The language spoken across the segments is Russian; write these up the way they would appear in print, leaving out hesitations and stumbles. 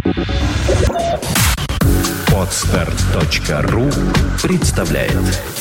Podstart.ru представляет.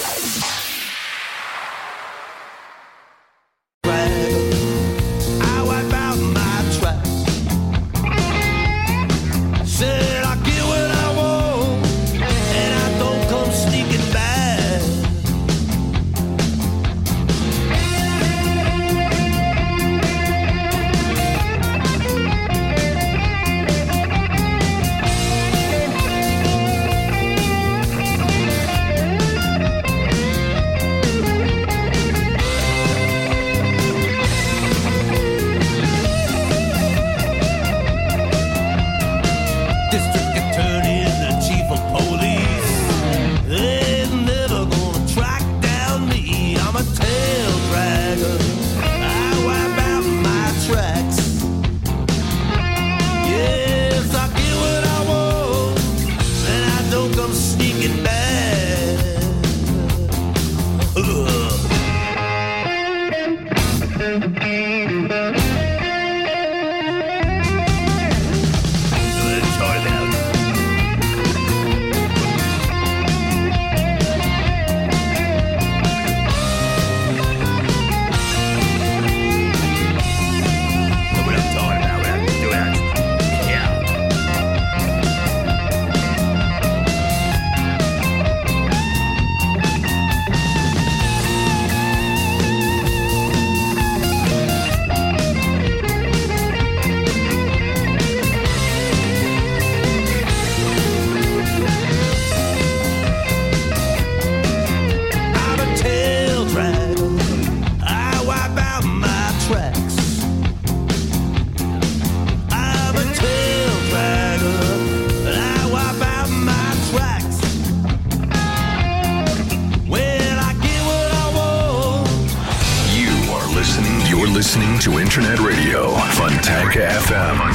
To Internet Radio Fontanka FM.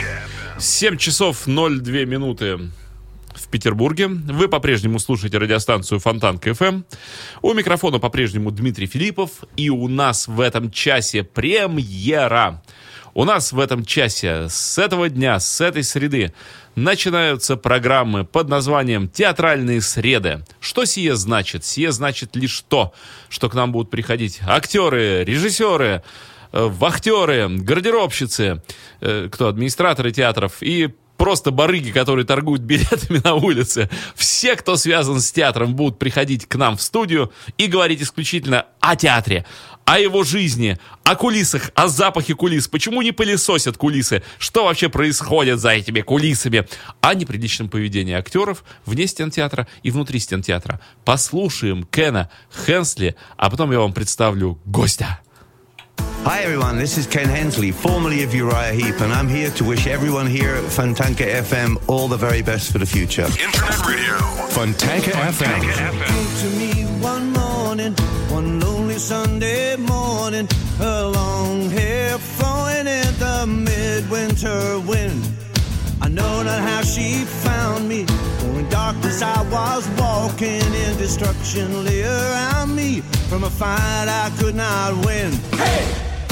7 часов 02 минуты в Петербурге. Вы по-прежнему слушаете радиостанцию Фонтанка FM. У микрофона по-прежнему Дмитрий Филиппов. И у нас в этом часе премьера. У нас в этом часе с этого дня, с этой среды начинаются программы под названием «Театральные среды». Что сие значит? Сие значит лишь то, что к нам будут приходить актеры, режиссеры, вахтеры, гардеробщицы, администраторы театров и просто барыги, которые торгуют билетами на улице. Все, кто связан с театром, будут приходить к нам в студию и говорить исключительно о театре, о его жизни, о кулисах, о запахе кулис, почему не пылесосят кулисы, что вообще происходит за этими кулисами, о неприличном поведении актеров вне стен театра и внутри стен театра. Послушаем Кена Хенсли, а потом я вам представлю гостя. Hi everyone, this is Ken Hensley, formerly of Uriah Heep, and I'm here to wish everyone here at Fontanka FM all the very best for the future. Internet Radio Fontanka FM. Came to me one morning, one lonely Sunday morning, her long hair flowing in the midwinter wind. I know not how she found me, for in darkness I was walking, and destruction lay around me from a fight I could not win. Hey!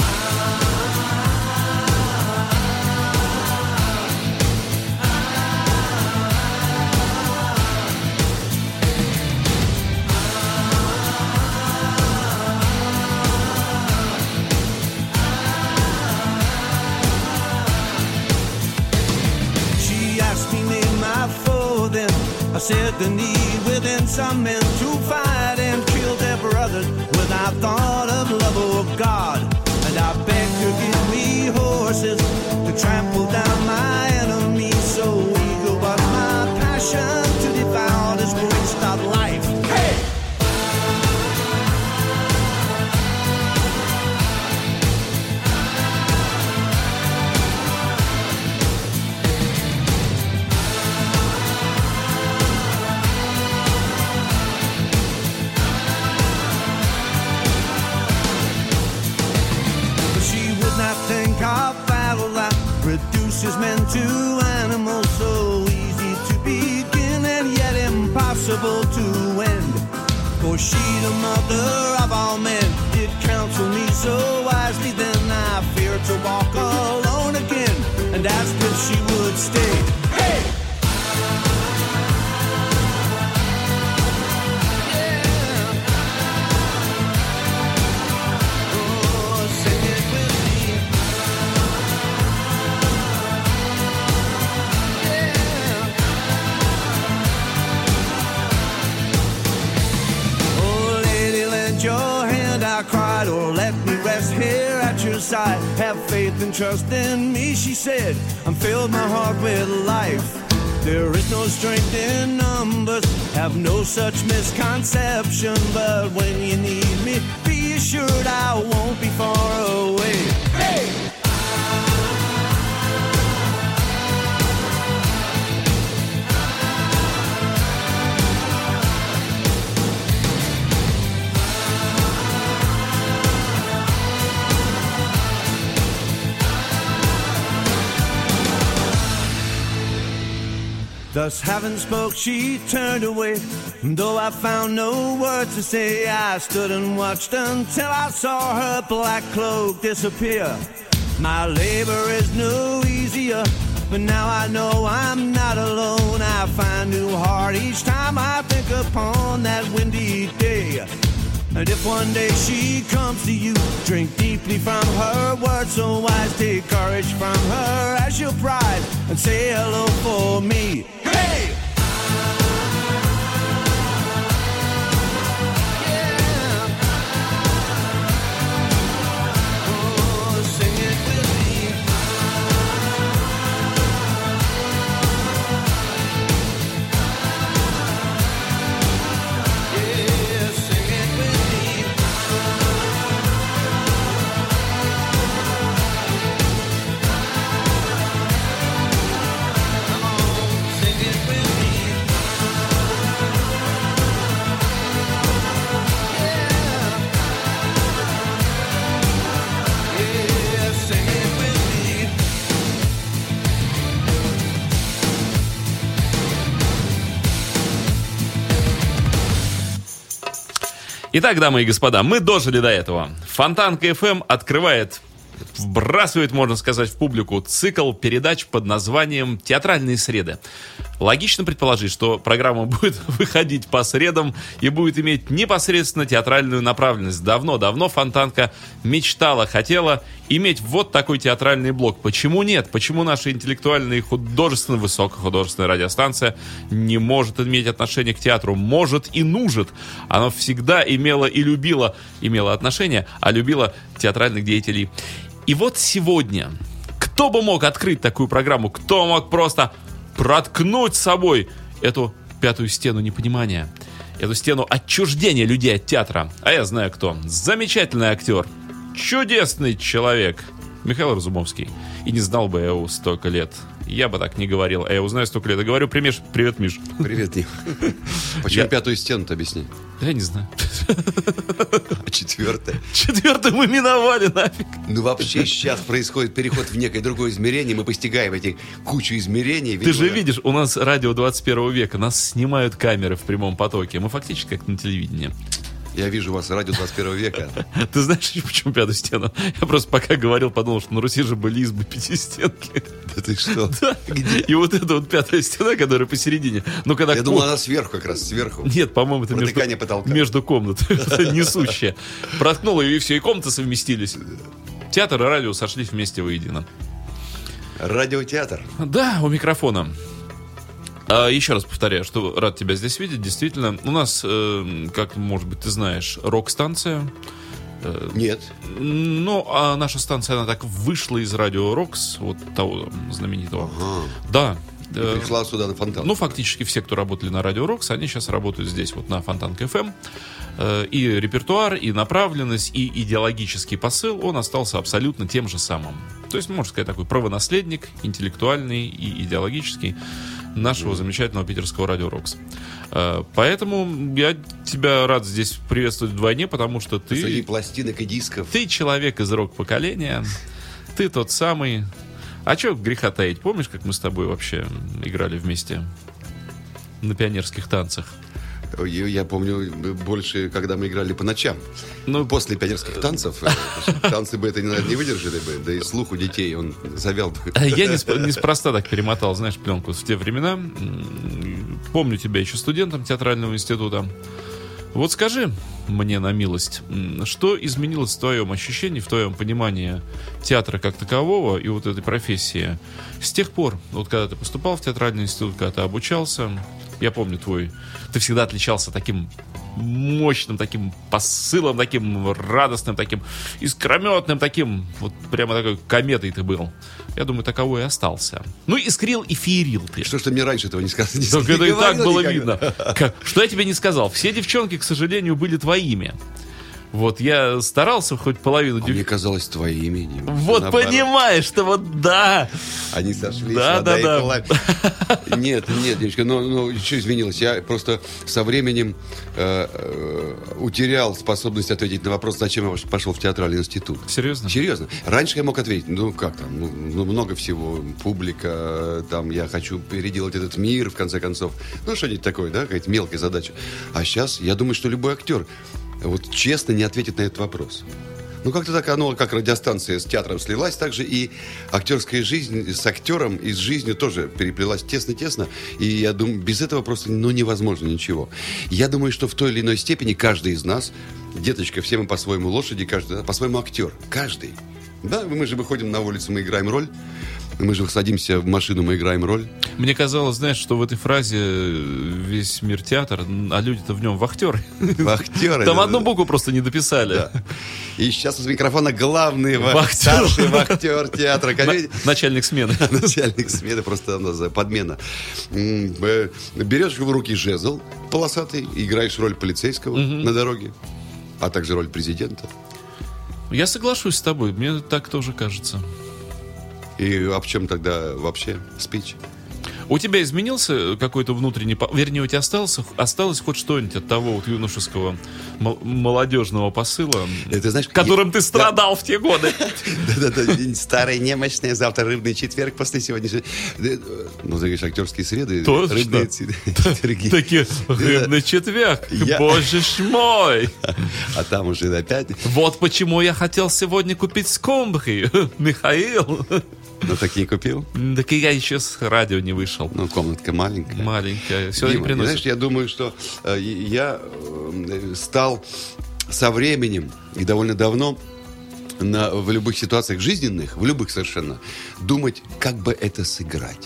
I said the need within some men to fight and kill their brothers without thought of love or God. And I begged to give me horses to trample down my enemies so eager was my passion to devour this waste of life. Hey! Reduces men to animals, so easy to begin and yet impossible to end. For she, the mother of all men, did counsel me so wisely. Then I feared to walk alone again and asked if she would stay. side. Have faith and trust in me, she said. I'm filled my heart with life. There is no strength in numbers, have no such misconception. But when you need me, be assured I won't be far away. Hey! Thus having spoke, she turned away. And though I found no words to say, I stood and watched until I saw her black cloak disappear. My labor is no easier, but now I know I'm not alone. I find new heart each time I think upon that windy day. And if one day she comes to you, drink deeply from her words so wise. Take courage from her as your pride and say hello for me. Hey! Итак, дамы и господа, мы дожили до этого. Фонтанка ФМ открывает, вбрасывает, можно сказать, в публику цикл передач под названием «Театральные среды». Логично предположить, что программа будет выходить по средам и будет иметь непосредственно театральную направленность. Давно-давно Фонтанка мечтала, хотела иметь вот такой театральный блок. Почему нет? Почему наша интеллектуальная и художественно высокохудожественная радиостанция не может иметь отношение к театру? Может и нужет. Она всегда имела и любила, имела отношение, а любила театральных деятелей. И вот сегодня, кто бы мог открыть такую программу? Кто мог просто проткнуть собой эту пятую стену непонимания, эту стену отчуждения людей от театра? А я знаю кто. Замечательный актер, чудесный человек Михаил Разумовский. И не знал бы я его столько лет. Я бы так не говорил. А я узнаю столько лет. Я говорю, привет, Миш. Привет, Дим. Почему пятую стену-то объясни? Я не знаю. А четвертая? Четвертую мы миновали нафиг. Ну вообще сейчас происходит переход в некое другое измерение. Мы постигаем эти кучу измерений. Ты же видишь, у нас радио 21 века. Нас снимают камеры в прямом потоке. Мы фактически как на телевидении. Я вижу у вас радио 21 века. Ты знаешь, почему пятую стену? Я просто пока говорил, подумал, что на Руси же были избы пятистенки. Да ты что? Да. И вот эта вот пятая стена, которая посередине. Но когда я думал, она сверху как раз, сверху. Нет, по-моему, это между комнат. Несущая. Проткнула ее, и все, и комнаты совместились. Театр и радио сошлись вместе воедино. Радиотеатр. Да, у микрофона. Еще раз повторяю, что рад тебя здесь видеть. Действительно, у нас, как, может быть, ты знаешь, рок-станция. Нет. Ну, а наша станция, она так вышла из радио Рокс, вот того знаменитого. Ага. Да. И пришла сюда на Фонтанку. Ну, фактически все, кто работали на радио Рокс, они сейчас работают здесь, вот на Фонтанка ФМ. И репертуар, и направленность, и идеологический посыл, он остался абсолютно тем же самым. То есть, можно сказать, такой правонаследник, интеллектуальный и идеологический нашего замечательного питерского радио Рокс. Поэтому я тебя рад здесь приветствовать вдвойне, потому что ты... Среди пластинок и дисков. Ты человек из рок-поколения, ты тот самый... А что греха таить? Помнишь, как мы с тобой вообще играли вместе на пионерских танцах? Я помню больше, когда мы играли по ночам. Ну, после пионерских танцев танцы бы это, наверное, не выдержали бы. Да и слух у детей, он завял бы. Я неспроста так перемотал, знаешь, пленку в те времена. Помню тебя еще студентом театрального института. Вот скажи мне на милость, что изменилось в твоем ощущении, в твоем понимании театра как такового и вот этой профессии с тех пор, вот когда ты поступал в театральный институт, когда ты обучался? Я помню ты всегда отличался таким мощным таким посылом, таким радостным, таким искрометным, таким, вот прямо такой кометой ты был. Я думаю, таковой и остался. Ну, искрил и феерил ты. Что ж ты мне раньше этого не сказал? Так это и так было видно. Что я тебе не сказал? Все девчонки, к сожалению, были твоими. Вот я старался хоть половину... Мне казалось, твоими. Вот наоборот. Понимаешь, что вот да. Они сошлись. Да. Нет, девочка, ну что изменилось? Я просто со временем утерял способность ответить на вопрос, зачем я пошел в театральный институт. Серьезно? Серьезно. Раньше я мог ответить, как там, много всего, публика, там, я хочу переделать этот мир, в конце концов. Что-нибудь такое, да, какая-то мелкая задача. А сейчас я думаю, что любой актер вот честно не ответит на этот вопрос. Как-то так оно, как радиостанция с театром слилась, так же и актерская жизнь с актером и с жизнью тоже переплелась тесно-тесно. И я думаю, без этого просто невозможно ничего. Я думаю, что в той или иной степени каждый из нас, деточка, все мы по-своему лошади, каждый по-своему актер. Каждый. Да, мы же выходим на улицу, мы играем роль. Мы же садимся в машину, мы играем роль. Мне казалось, знаешь, что в этой фразе весь мир театр, а люди-то в нем вахтеры. Вахтеры. Там одну букву просто не дописали. Да. И сейчас из микрофона главный старший вахтер театра. Начальник смены. Начальник смены, просто подмена. Берешь в руки жезл полосатый, играешь роль полицейского на дороге, а также роль президента. Я соглашусь с тобой, мне так тоже кажется. И в чем тогда вообще спич? У тебя изменился какой-то внутренний... Вернее, у тебя осталось хоть что-нибудь от того вот юношеского молодежного посыла, ты знаешь, которым ты страдал в те годы? Да-да-да, старые немощные, завтра рыбный четверг, после сегодняшнего... Ты говоришь, актерские среды, рыбные четверги. Такие, рыбный четверг, боже ж мой! А там уже опять... Вот почему я хотел сегодня купить скумбрию, Михаил. Так не купил? Так и я еще с радио не вышел. Комнатка маленькая. Маленькая. Все не приносит. Знаешь, я думаю, что я стал со временем и довольно давно в любых ситуациях жизненных, в любых совершенно, думать, как бы это сыграть.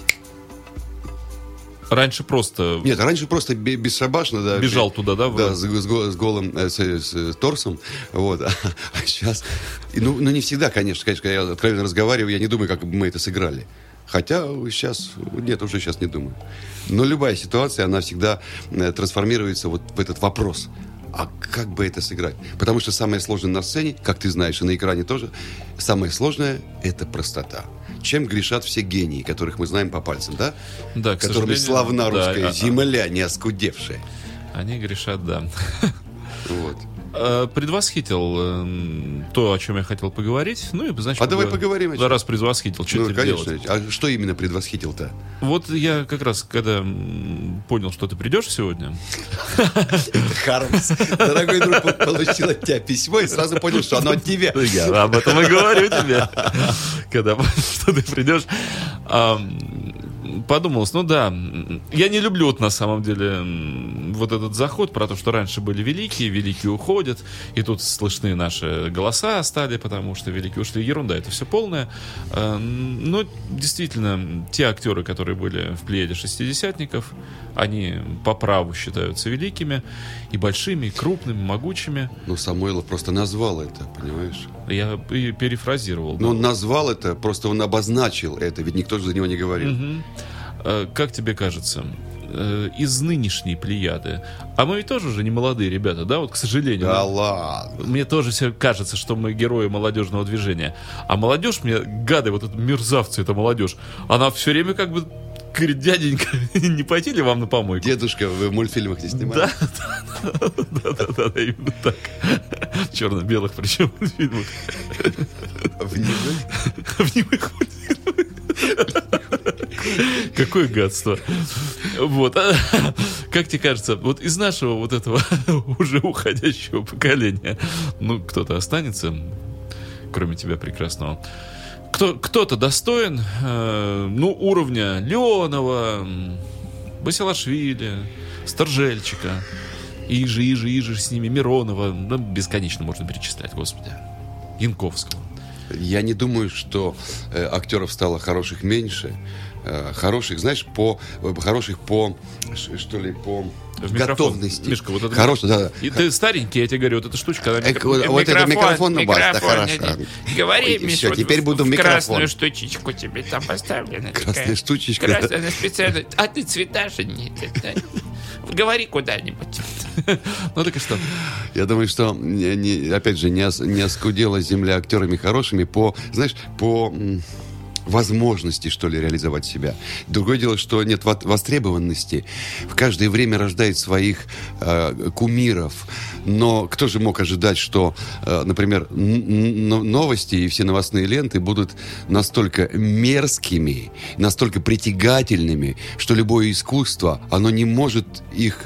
Раньше просто... Нет, раньше просто бесшабашно, да. Бежал туда, да? Да, с голым с торсом. Вот. А сейчас... не всегда, конечно, когда я откровенно разговариваю, я не думаю, как бы мы это сыграли. Хотя сейчас... Нет, уже сейчас не думаю. Но любая ситуация, она всегда трансформируется вот в этот вопрос. А как бы это сыграть? Потому что самое сложное на сцене, как ты знаешь, и на экране тоже, самое сложное – это простота. Чем грешат все гении, которых мы знаем по пальцам, да? Да, к которыми славна русская земля, не оскудевшая. Они грешат, да. Вот. Предвосхитил то, о чем я хотел поговорить. Ну, и, значит, давай поговорим. Да, раз предвосхитил, что теперь конечно. делать? А что именно предвосхитил-то? Вот я как раз, когда понял, что ты придешь сегодня... Хармс, дорогой друг, получил от тебя письмо и сразу понял, что оно от тебя. Я об этом и говорю тебе. Когда понял, что ты придешь... Подумалось, я не люблю на самом деле вот этот заход про то, что раньше были великие уходят, и тут слышны наши голоса стали, потому что великие ушли. Ерунда, это все полная. Но действительно, те актеры, которые были в плеяде шестидесятников, они по праву считаются великими, и большими, и крупными, могучими. Самойлов просто назвал это, понимаешь? Я перефразировал. Он назвал это, просто он обозначил это, ведь никто же за него не говорил. Как тебе кажется, из нынешней плеяды, а мы ведь тоже уже не молодые ребята, да, вот, к сожалению. Да ладно. Мне тоже все кажется, что мы герои молодежного движения. А молодежь, мне, гады, вот это мерзавцы, эта молодежь, она все время как бы говорит: дяденька, не пойти ли вам на помойку? Дедушка, вы в мультфильмах не снимали? Да, именно так. В черно-белых, причем мультфильмах. В немых мультфильмах. Какое гадство. Вот. Как тебе кажется, вот из нашего вот этого уже уходящего поколения, кто-то останется, кроме тебя прекрасного? Кто-то достоин, уровня Леонова, Басилашвили, Старжельчика, Иже с ними, Миронова, бесконечно можно перечислять, господи, Янковского. Я не думаю, что актеров стало хороших меньше. хороших, знаешь, хороших что ли, по В микрофон. готовности. Мишка, вот это... Хороший, да. И ты старенький, я тебе говорю, вот эта штучка... Она Вот это микрофон на бас, да, хорошо. Говори, Ой, Миш, всё, вот теперь буду в микрофон. красную штучечку тебе там поставлена. Красная штучечка. Красная специально. А ты цвета же нет. Говори куда-нибудь. Ну так и что? Я думаю, что, опять же, не оскудела земля актерами хорошими по возможности, что ли, реализовать себя. Другое дело, что нет востребованности. В каждое время рождает своих кумиров. Но кто же мог ожидать, что, например, новости и все новостные ленты будут настолько мерзкими, настолько притягательными, что любое искусство, оно не может их...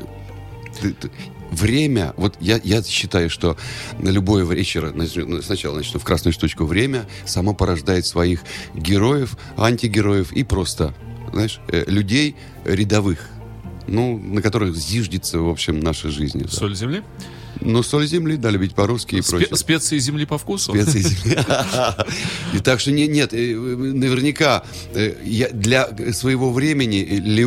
Время, вот я считаю, что на любой вечер, сначала начну в красную штучку, время само порождает своих героев, антигероев и просто, знаешь, людей рядовых, ну, на которых зиждется, в общем, наша жизнь. Да. Соль земли? Ну, соль земли, да, любить по-русски и прочее. Специи земли по вкусу? Специи земли. И так что нет, наверняка для своего времени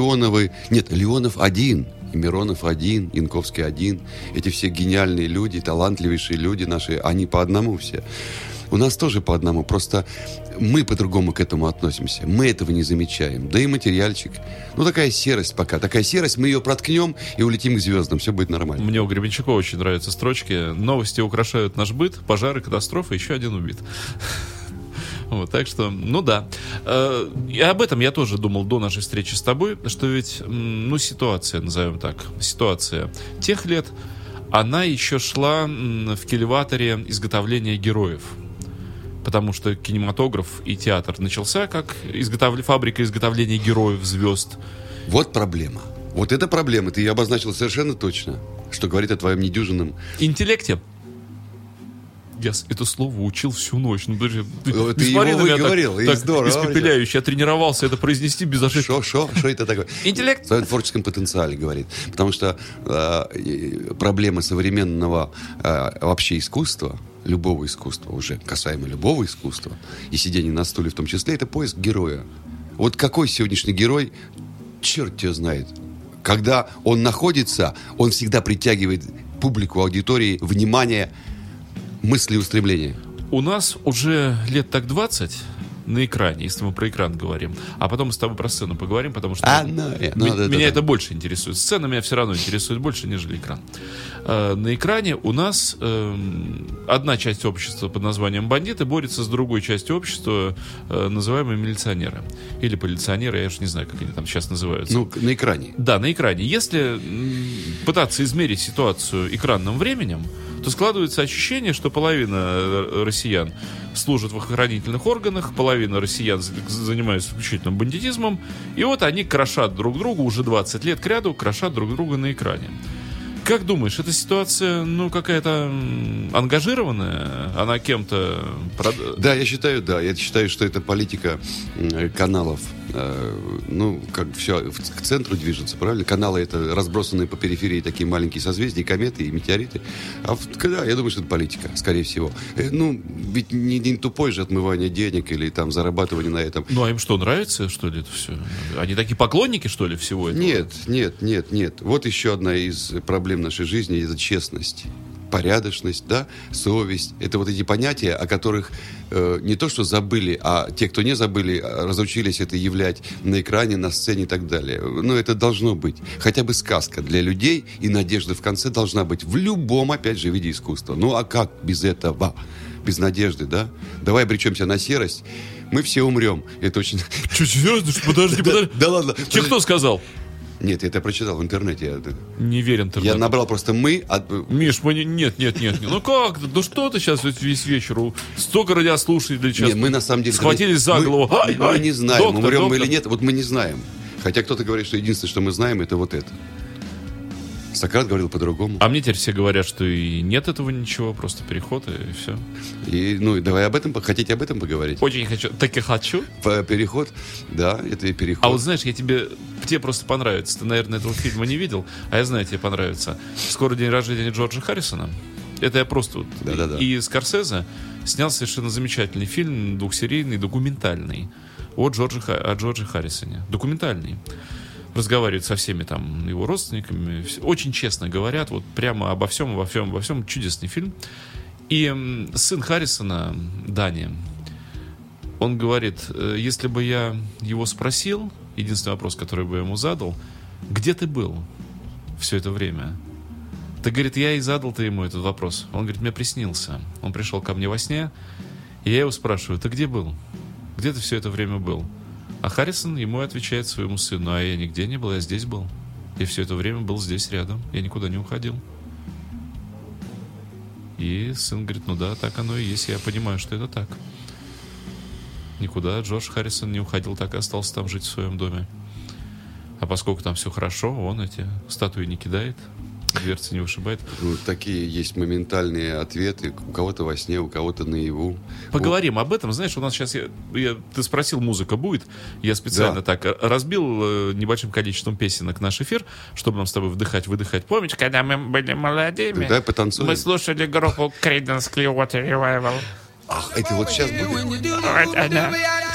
Леонов один. Миронов один, Янковский один. Эти все гениальные люди, талантливейшие люди наши, они по одному все. У нас тоже по одному, просто мы по-другому к этому относимся. Мы этого не замечаем. Да и материальчик. Ну, такая серость пока. Такая серость, мы ее проткнем и улетим к звездам. Все будет нормально. Мне у Гребенщикова очень нравятся строчки. Новости украшают наш быт, пожары, катастрофы, еще один убит. Вот, так что, ну да. И об этом я тоже думал до нашей встречи с тобой, что ведь, ну, ситуация, назовем так, ситуация тех лет, она еще шла в кильваторе изготовления героев. Потому что кинематограф и театр начался как фабрика изготовления героев, звезд. Вот проблема. Вот эта проблема, ты ее обозначил совершенно точно, что говорит о твоем недюжинном... интеллекте. Я это слово учил всю ночь. Ну, ты его выговорил, и здорово. Испепеляюще. Я тренировался это произнести без ошибки. Что это такое? Интеллект. В своем творческом потенциале говорит. Потому что проблема современного вообще искусства, любого искусства, уже касаемо любого искусства, и сидения на стуле в том числе, это поиск героя. Вот какой сегодняшний герой, черт тебя знает. Когда он находится, он всегда притягивает публику, аудитории, внимание, мысли и устремления. У нас уже лет так 20 на экране, если мы про экран говорим, а потом мы с тобой про сцену поговорим, потому что меня это больше интересует. Сцена меня все равно интересует больше, нежели экран. На экране у нас одна часть общества под названием бандиты борется с другой частью общества, называемые милиционеры. Или полиционеры, я уж не знаю, как они там сейчас называются. Ну, на экране. Да, на экране. Если пытаться измерить ситуацию экранным временем, то складывается ощущение, что половина россиян служат в охранительных органах, половина россиян занимаются исключительно бандитизмом, и вот они крошат друг друга уже 20 лет кряду, крошат друг друга на экране. Как думаешь, эта ситуация, ну, какая-то ангажированная? Она кем-то... Да, я считаю, что это политика каналов. Ну, как все к центру движется, правильно? Каналы — это разбросанные по периферии такие маленькие созвездия, кометы и метеориты. Да, я думаю, что это политика, скорее всего. Ну, ведь не тупое же отмывание денег или там зарабатывание на этом. Ну, а им что, нравится, что ли, это все? Они такие поклонники, что ли, всего этого? Нет. Вот еще одна из проблем нашей жизни — это честность. Порядочность, да, совесть. Это вот эти понятия, о которых не то что забыли, а те, кто не забыли, разучились это являть на экране, на сцене и так далее. Но это должно быть. Хотя бы сказка для людей, и надежда в конце должна быть в любом, опять же, виде искусства. Ну, а как без этого? Без надежды, да? Давай обречемся на серость. Мы все умрем. Это очень... Что, серьезно? Подожди. Да ладно. Тебе кто сказал? Нет, я это прочитал в интернете. Не верю интернету. Я набрал просто Миш, нет. Ну как? Ну что ты сейчас весь вечер? Столько радиослушателей сейчас. Нет, мы на самом деле... Схватились за голову. Мы не знаем, доктор, умрем мы или нет. Вот мы не знаем. Хотя кто-то говорит, что единственное, что мы знаем, это вот это. Сократ говорил по-другому. А мне теперь все говорят, что и нет этого ничего, просто переход и все. И, ну, давай об этом, хотите об этом поговорить? Очень хочу, так и хочу. Переход, да, это и переход. А вот знаешь, тебе просто понравится. Ты, наверное, этого фильма не видел, а я знаю, тебе понравится. Скоро день рождения Джорджа Харрисона. Это я просто... Да. И Скорсезе снял совершенно замечательный фильм, двухсерийный, документальный. о Джорджи Харрисоне. Документальный. Разговаривают со всеми там его родственниками. Очень честно говорят. Вот прямо обо всем. Чудесный фильм. И сын Харрисона, Дани, он говорит, если бы я его спросил, единственный вопрос, который бы я ему задал, где ты был все это время? Ты, говорит, я и задал-то ему этот вопрос. Он говорит, мне приснился. Он пришел ко мне во сне, и я его спрашиваю, ты где был? Где ты все это время был? А Харрисон ему отвечает своему сыну, а я нигде не был, я здесь был. Я все это время был здесь рядом, я никуда не уходил. И сын говорит, ну да, так оно и есть, я понимаю, что это так. Никуда Джордж Харрисон не уходил, так и остался там жить в своем доме. А поскольку там все хорошо, он эти статуи не кидает, дверцы не вышибает. Вот такие есть моментальные ответы. У кого-то во сне, у кого-то наяву. Поговорим об этом. Знаешь, у нас сейчас... ты спросил, музыка будет? Я специально так разбил небольшим количеством песенок наш эфир, чтобы нам с тобой вдыхать-выдыхать. Помните, когда мы были молодыми, Давай потанцуем. мы слушали группу Creedence Clearwater Revival. Ах, это вот сейчас будет. Вот она.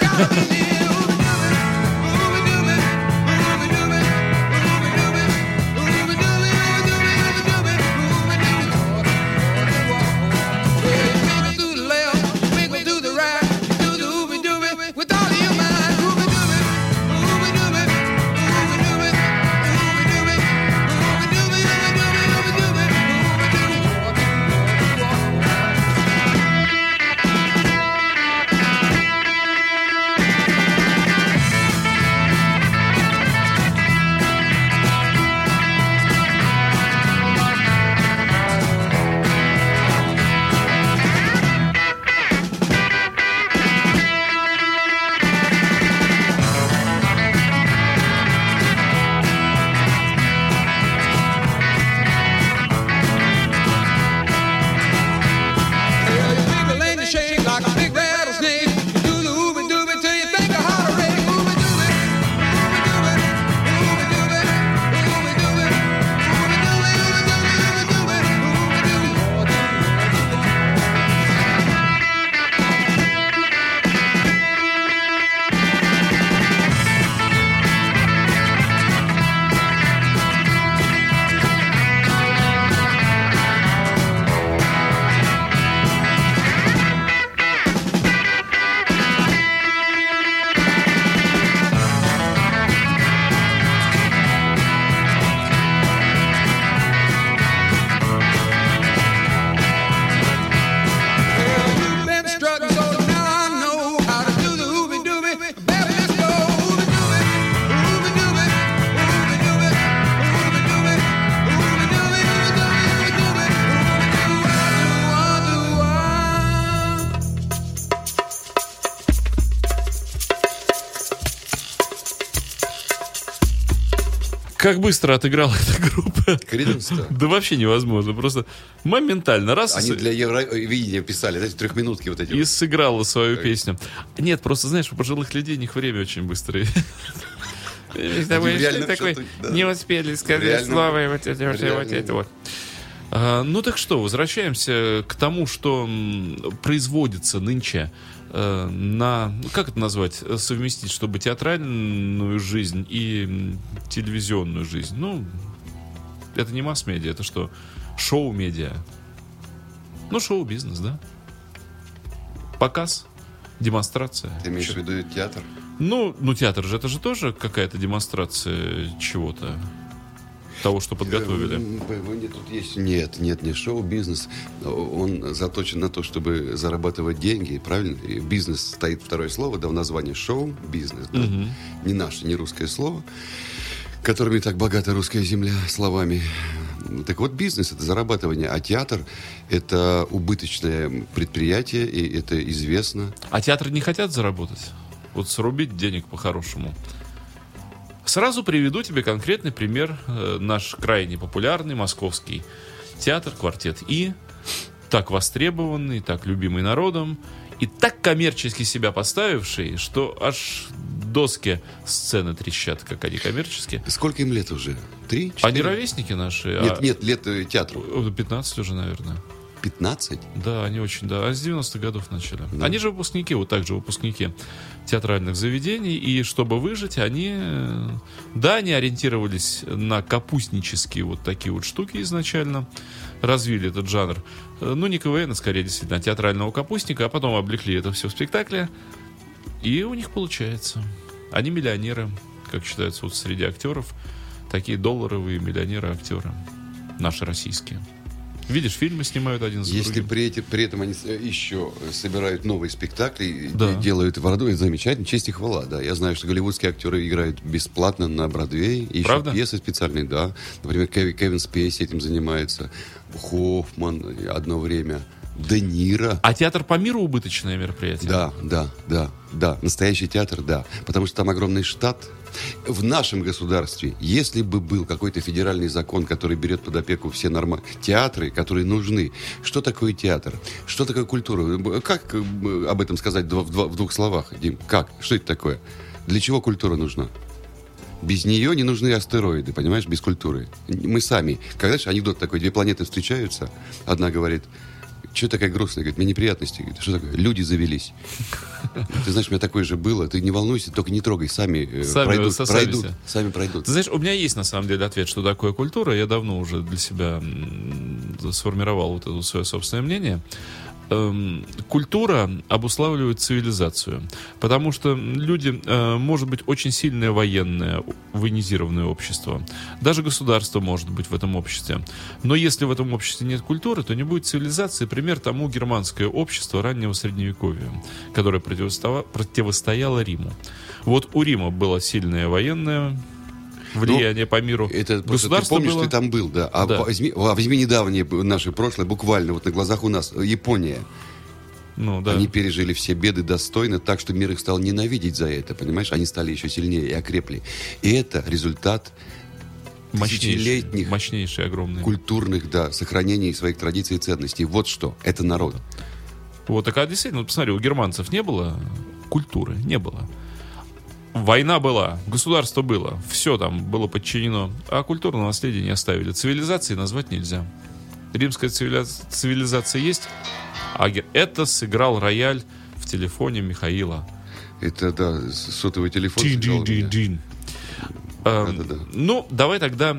Как быстро отыграла эта группа. Creedence-то? Да вообще невозможно. Просто моментально. Раз Они для Евровидения писали, знаете, трехминутки вот эти. и сыграла свою песню. Нет, просто, знаешь, у пожилых людей у них время очень быстрое. С тобой реально такой, что-то, да. не успели сказать Реально. слово, и вот это вот. Ну так что, возвращаемся к тому, что производится нынче как это назвать, совместить, чтобы театральную жизнь и телевизионную жизнь. Ну, это не масс-медиа, это что? Шоу-медиа. Ну, шоу-бизнес, да? Показ, демонстрация. Ты имеешь в виду театр? Ну, театр же, это же тоже какая-то демонстрация чего-то. Того, что подготовили. Тут есть... Нет, шоу-бизнес. Он заточен на то, чтобы зарабатывать деньги, правильно? И бизнес стоит второе слово, да, в названии шоу-бизнес. Да? Не наше, не русское слово, которыми так богата русская земля словами. Так вот, бизнес — это зарабатывание, а театр — это убыточное предприятие, и это известно. А театры не хотят заработать? Вот срубить денег по-хорошему. Сразу приведу тебе конкретный пример. Наш крайне популярный московский театр «Квартет И», так востребованный, так любимый народом и так коммерчески себя поставивший, что аж доски сцены трещат, как они коммерческие. Сколько им лет уже? 3? 4? Они ровесники наши. Нет, лет театру. 15 уже, наверное. 15? Да, они очень, да. А с 90-х годов начали. Да. Они же выпускники, вот так же выпускники театральных заведений. И чтобы выжить, они ориентировались на капустнические вот такие вот штуки изначально. Развили этот жанр. Ну, не КВН, а скорее действительно театрального капустника. А потом облекли это все в спектакле. И у них получается. Они миллионеры, как считается вот среди актеров. Такие долларовые миллионеры-актеры. Наши российские. Видишь, фильмы снимают один за Если другим. при этом они еще собирают новые спектакли, Да. и делают в роду, это замечательно, честь и хвала, да. Я знаю, что голливудские актеры играют бесплатно на Бродвее, и еще Правда? пьесы специальные, да. Например, Кевин Спейси этим занимается, Хоффман одно время, Де Ниро. А театр по миру убыточное мероприятие? Да. Настоящий театр, да. Потому что там огромный штат. В нашем государстве, если бы был какой-то федеральный закон, который берет под опеку все театры, которые нужны. Что такое театр? Что такое культура? Как об этом сказать в двух словах, Дим? Как? Что это такое? Для чего культура нужна? Без нее не нужны астероиды, понимаешь, без культуры. Мы сами. Когда же анекдот такой, две планеты встречаются, одна говорит: что такая грустная? Говорит, мне неприятности. Говорит, что такое? Люди завелись. Ты знаешь, у меня такое же было. Ты не волнуйся, только не трогай. Сами пройдут. Сами пройдут. Ты знаешь, у меня есть на самом деле ответ, что такое культура. Я давно уже для себя сформировал вот это свое собственное мнение. Культура обуславливает цивилизацию. Потому что люди, может быть, очень сильное военное, военизированное общество. Даже государство может быть в этом обществе. Но если в этом обществе нет культуры, то не будет цивилизации. Пример тому германское общество раннего Средневековья, которое противостояло Риму. Вот у Рима было сильное военное влияние по миру. Это государство ты помнишь, было... ты там был, да. А Да. возьми недавнее наше прошлое, буквально вот на глазах у нас, Япония. Ну, да. Они пережили все беды достойно, так что мир их стал ненавидеть за это, понимаешь? Они стали еще сильнее и окрепли. И это результат тысячелетних мощнейший, огромный. культурных, да, сохранений своих традиций и ценностей. Вот что. Это народ. Вот, так, а действительно, вот посмотри, у германцев не было культуры, не было. Война была, государство было, все там было подчинено, а культурное наследие не оставили. Цивилизации назвать нельзя. Римская цивилизация есть, а это сыграл рояль в телефоне Михаила. Это, да, сотовый телефон. Джин-джин-джин-джин. Да-да-да. Ну, давай тогда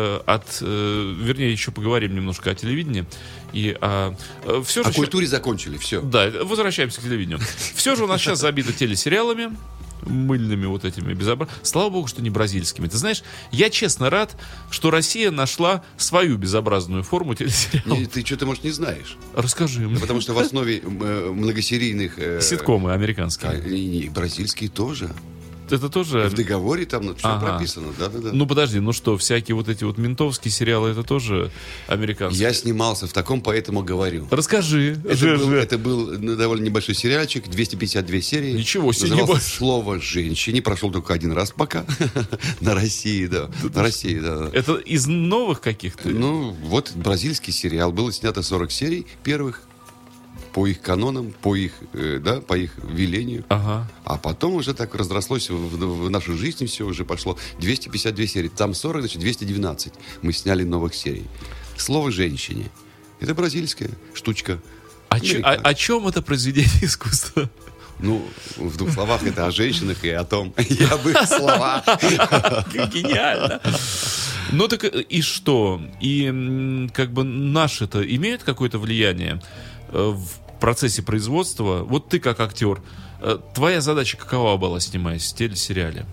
вернее, еще поговорим немножко о телевидении. И все же О культуре закончили, все. Да, возвращаемся к телевидению. Все же у нас сейчас забито телесериалами, мыльными вот этими безобразными. Слава богу, что не бразильскими. Ты знаешь, я честно рад, что Россия нашла свою безобразную форму телесериала. Ты что-то, может, не знаешь. Расскажи мне. Потому что в основе многосерийных... Ситкомы американские. И бразильские тоже. Это тоже... В договоре там все Ага. прописано, да-да-да. Ну, подожди, ну что, всякие вот эти вот ментовские сериалы, это тоже американские? Я снимался в таком, поэтому говорю. Расскажи. Это был довольно небольшой сериальчик, 252 серии. Ничего себе, Назывался небольшой. «Слово женщине». Прошел только один раз пока. На России, да. На России, да. Это из новых каких-то? Ну, вот бразильский сериал. Было снято 40 серий первых. По их канонам, по их велению. Ага. А потом уже так разрослось в нашу жизнь, все уже пошло. 252 серии. Там 40, значит, 212. Мы сняли новых серий. «Слово женщине». Это бразильская штучка. О чем это произведение искусства? Ну, в двух словах, это о женщинах и о том. Я об их словах. Гениально. Ну так и что? И как бы наши-то имеют какое-то влияние в процессе производства? Вот ты как актер, твоя задача какова была, снимаясь в телесериале?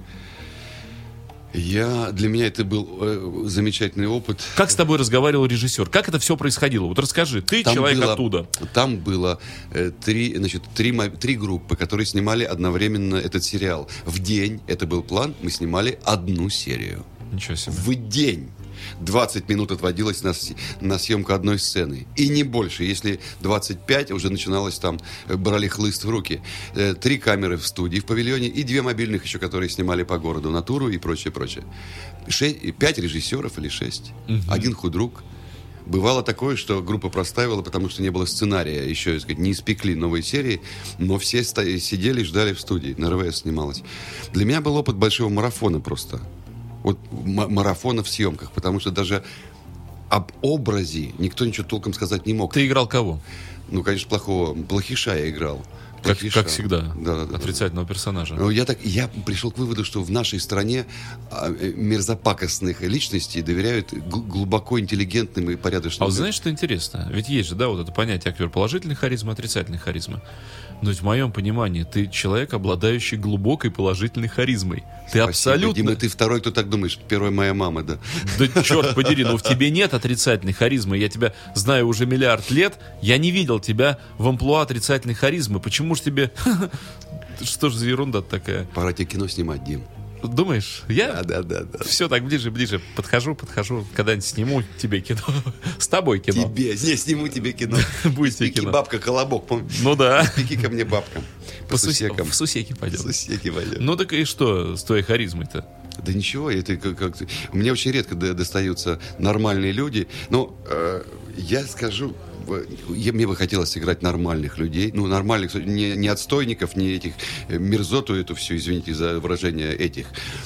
Для меня это был замечательный опыт. Как с тобой разговаривал режиссер? Как это все происходило? Вот расскажи, ты человек оттуда. Там было три группы, которые снимали одновременно этот сериал. В день, это был план, мы снимали одну серию. Ничего себе. В день. 20 минут отводилось на съемку одной сцены. И не больше. Если 25, уже начиналось там, брали хлыст в руки. 3 камеры в студии, в павильоне, и 2 мобильных еще, которые снимали по городу, натуру и прочее. 5 режиссеров или 6. Один худрук. Бывало такое, что группа проставила, потому что не было сценария. Еще, так сказать, не испекли новые серии. Но все сидели и ждали в студии. На РВС снималось. Для меня был опыт большого марафона просто. Вот марафона в съемках, потому что даже об образе никто ничего толком сказать не мог. Ты играл кого? Ну, конечно, плохиша я играл. Как всегда. Да. Отрицательного персонажа. Но я пришел к выводу, что в нашей стране мерзопакостных личностей доверяют глубоко интеллигентным и порядочным. А вот знаешь, что интересно? Ведь есть же, да, вот это понятие актер положительной харизмы, отрицательной харизмы. Но ведь в моем понимании ты человек, обладающий глубокой положительной харизмой. Ты Спасибо, абсолютно... Дима, ты второй, кто так думаешь. Первая моя мама, да. Да черт подери, но в тебе нет отрицательной харизмы. Я тебя знаю уже миллиард лет. Я не видел тебя в амплуа отрицательной харизмы. Почему же тебе... Что же за ерунда такая? Пора тебе кино снимать, Дим. Думаешь? Я? Да. Все так ближе. Подхожу. Когда-нибудь сниму тебе кино. С тобой кино. Тебе. Не, сниму тебе кино. Будет тебе Пеки кино. бабка, колобок, помнишь? Ну да. Пеки ко мне бабка. По сусекам. В сусеки пойдем. Сусеки пойдем. Ну так и что с твоей харизмой-то? Да ничего, это как-то... Мне очень редко достаются нормальные люди. Но я скажу... Мне бы хотелось играть нормальных людей. Ну, нормальных, не отстойников, не этих мерзоту эту всю, извините за выражение этих.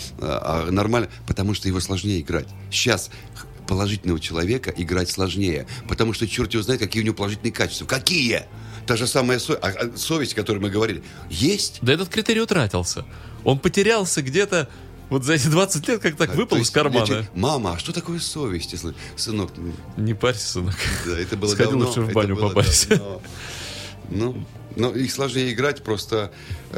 А нормально, потому что его сложнее играть. Сейчас положительного человека играть сложнее. Потому что черт его знает, какие у него положительные качества. Какие? Та же самая совесть, о которой мы говорили. Есть? Да этот критерий утратился. Он потерялся где-то... Вот за эти 20 лет как так выпал из кармана. Мама, а что такое совесть? Если, сынок... Не парься, сынок. Да, это было Сходи давно. лучше в баню попасть. Ну, их сложнее играть просто...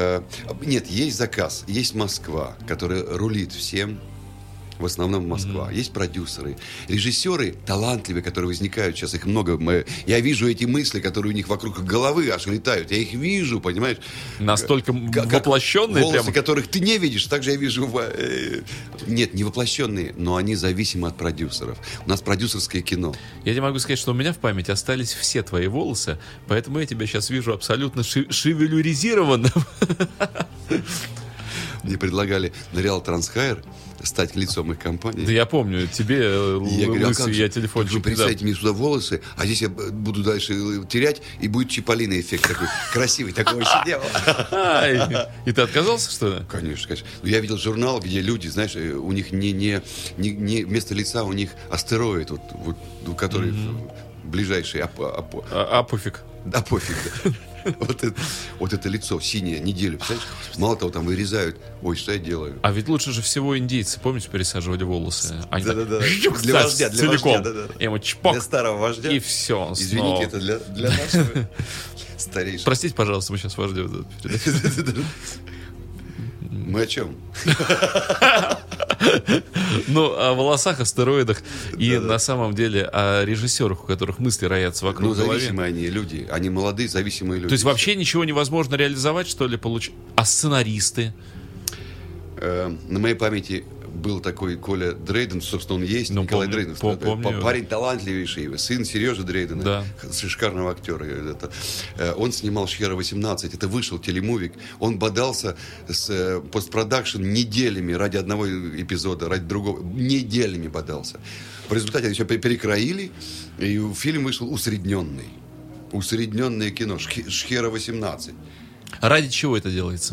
Нет, есть заказ, есть Москва, которая рулит всем. В основном Москва. Есть продюсеры. Режиссеры талантливые, которые возникают. Сейчас их много. Я вижу эти мысли, которые у них вокруг головы аж летают. Я их вижу, понимаешь? Настолько воплощенные волосы, прямо? которых ты не видишь. Также я вижу... Нет, не воплощенные, но они зависимы от продюсеров. У нас продюсерское кино. Я тебе могу сказать, что у меня в памяти остались все твои волосы, поэтому я тебя сейчас вижу абсолютно шевелюризированным. Мне предлагали на Реал Трансхайр стать лицом их компании. Да я помню, тебе лысый, я телефончик. Представьте мне сюда волосы, а здесь я буду дальше терять, и будет чиполлиный эффект такой красивый, такого сидел. И ты отказался, что ли? Конечно. Я видел журнал, где люди, знаешь, у них не вместо лица у них астероид, вот который ближайший Апофиг. Апофиг, да. Вот это лицо синее неделю, представляешь? Мало того, там вырезают. Ой, что я делаю? А ведь лучше же всего индейцы, помните, пересаживали волосы? Они Да. для вождя, целиком. И ему чпок. Для старого вождя. И все. Извините, это для нашего старейшего. Простите, пожалуйста, мы сейчас вождя. Мы о чем? Ну, о волосах, о стероидах и на самом деле о режиссерах, у которых мысли роятся вокруг головы. Зависимые они люди. Они молодые, зависимые люди. То есть вообще ничего невозможно реализовать, что ли, А сценаристы? На моей памяти был такой Коля Дрейден, собственно, он есть, Николай Дрейден. Парень талантливейший, сын Сережи Дрейдена, да. Шикарного актера. Он снимал «Шхера-18», это вышел телемувик. Он бодался с постпродакшн неделями ради одного эпизода, ради другого. Неделями бодался. В результате они все перекроили, и фильм вышел усредненный. Усредненное кино, «Шхера-18». Ради чего это делается?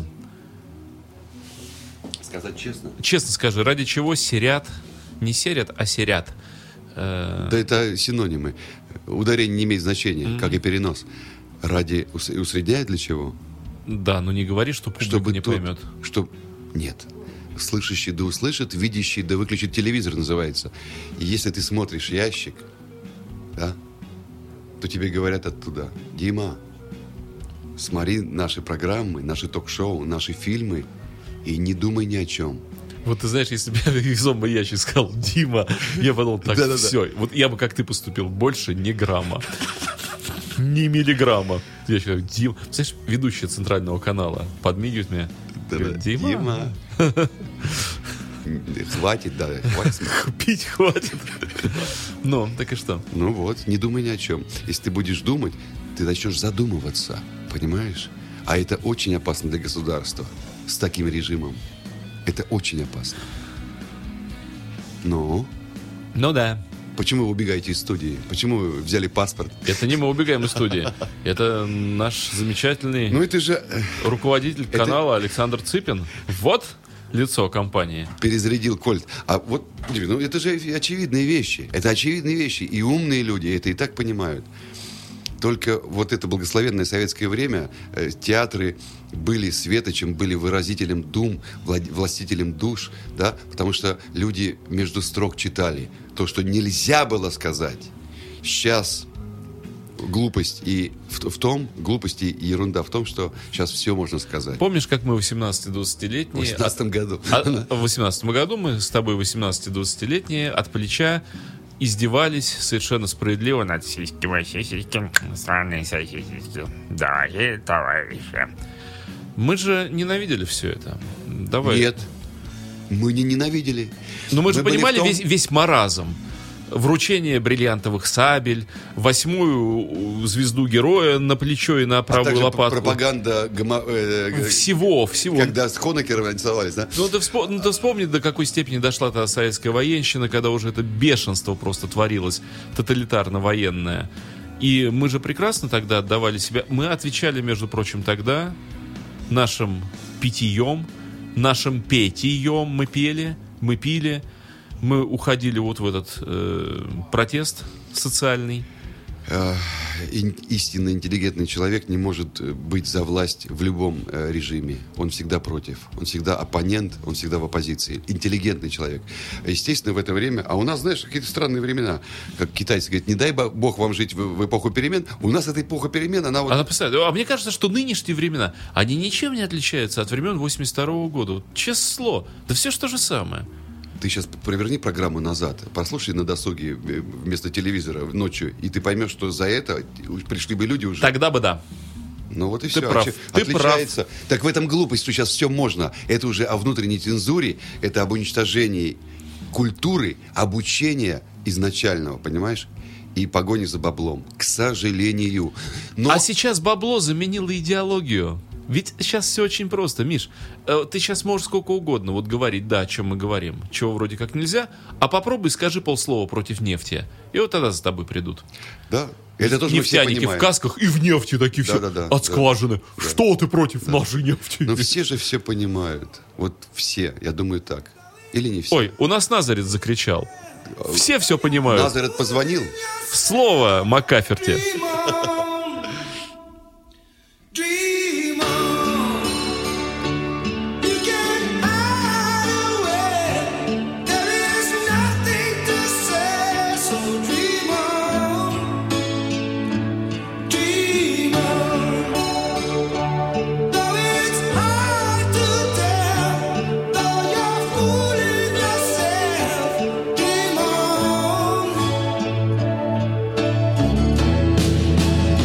Сказать честно? Честно скажи, ради чего серят, не серят, а серят? Да это синонимы. Ударение не имеет значения, как и перенос. Ради усредняет для чего? Да, но не говори, что публика не поймет. Нет. Слышащий да услышит, видящий да выключит телевизор называется. И если ты смотришь ящик, да, то тебе говорят оттуда: Дима, смотри наши программы, наши ток-шоу, наши фильмы, и не думай ни о чем. Вот ты знаешь, если бы я из зомбоящик сказал Дима, я подумал, так, все. Вот я бы, как ты поступил, больше ни грамма. Ни миллиграмма. Я считаю, Дима. Знаешь, ведущая центрального канала подмигивает мне. Говорит, Дима. Хватит, хватит. Пить хватит. Ну, так и что? Ну вот, не думай ни о чем. Если ты будешь думать, ты начнешь задумываться. Понимаешь? А это очень опасно для государства. С таким режимом. Это очень опасно. Ну? Ну да. Почему вы убегаете из студии? Почему вы взяли паспорт? Это не мы убегаем из студии. Это наш замечательный это же... руководитель канала Александр Цыпин. Вот лицо компании. Перезарядил кольт. А вот, ну, это же очевидные вещи. Это очевидные вещи. И умные люди это и так понимают. Только вот это благословенное советское время театры были светочем, были выразителем дум, властителем душ, да, потому что люди между строк читали то, что нельзя было сказать. Сейчас глупость и глупость и ерунда в том, что сейчас все можно сказать. Помнишь, как мы 18-20-летние... В 18 году. В 18 году мы с тобой 18-20-летние от плеча издевались совершенно справедливо над сиськи, странные сиськи, дорогие товарищи. Мы же ненавидели все это. Давай. Нет, мы не ненавидели. Но мы же были понимали в том- весь маразм. Вручение бриллиантовых сабель, 8-ю звезду героя на плечо и на А правую также лопатку. пропаганда Всего. когда с Хонекером рисовались, да? Ну, ты вспомни, до какой степени дошла та советская военщина, когда уже это бешенство просто творилось, тоталитарно-военное. И мы же прекрасно тогда отдавали себя. Мы отвечали, между прочим, тогда нашим питьем, нашим петием мы пели, мы пили, мы уходили вот в этот протест социальный. Истинно интеллигентный человек не может быть за власть в любом режиме. Он всегда против. Он всегда оппонент, он всегда в оппозиции. Интеллигентный человек. Естественно, в это время... А у нас, знаешь, какие-то странные времена. Как китайцы говорят, не дай бог вам жить в эпоху перемен. У нас эта эпоха перемен, она вот... Она представляет, а мне кажется, что нынешние времена, они ничем не отличаются от времен 82 года. Вот, честное слово, да все ж то же самое. Ты сейчас проверни программу назад, послушай на досуге вместо телевизора ночью, и ты поймешь, что за это пришли бы люди уже. Тогда бы да. Ну вот и Ты все. прав. Ты Отличается. Так в этом глупость, что сейчас все можно. Это уже о внутренней цензуре, это об уничтожении культуры, обучения изначального, понимаешь? И погони за баблом. К сожалению. Но... А сейчас бабло заменило идеологию. Ведь сейчас все очень просто, Миш. Ты сейчас можешь сколько угодно вот говорить, да, о чем мы говорим, чего вроде как нельзя, а попробуй скажи полслова против нефти. И вот тогда за тобой придут. Да, это тоже мы все Нефтяники понимаем. в касках и в нефти такие все от скважины. Да. Что ты против нашей нефти? Но все же все понимают. Вот все, я думаю так. Или не все? Ой, у нас Назарет закричал. Все понимают. Назарет позвонил. Слово Маккаферти. Dream on. You can hide away. There is nothing to say, so dream on. Dream on. Though it's hard to tell, though you're fooling yourself, dream on.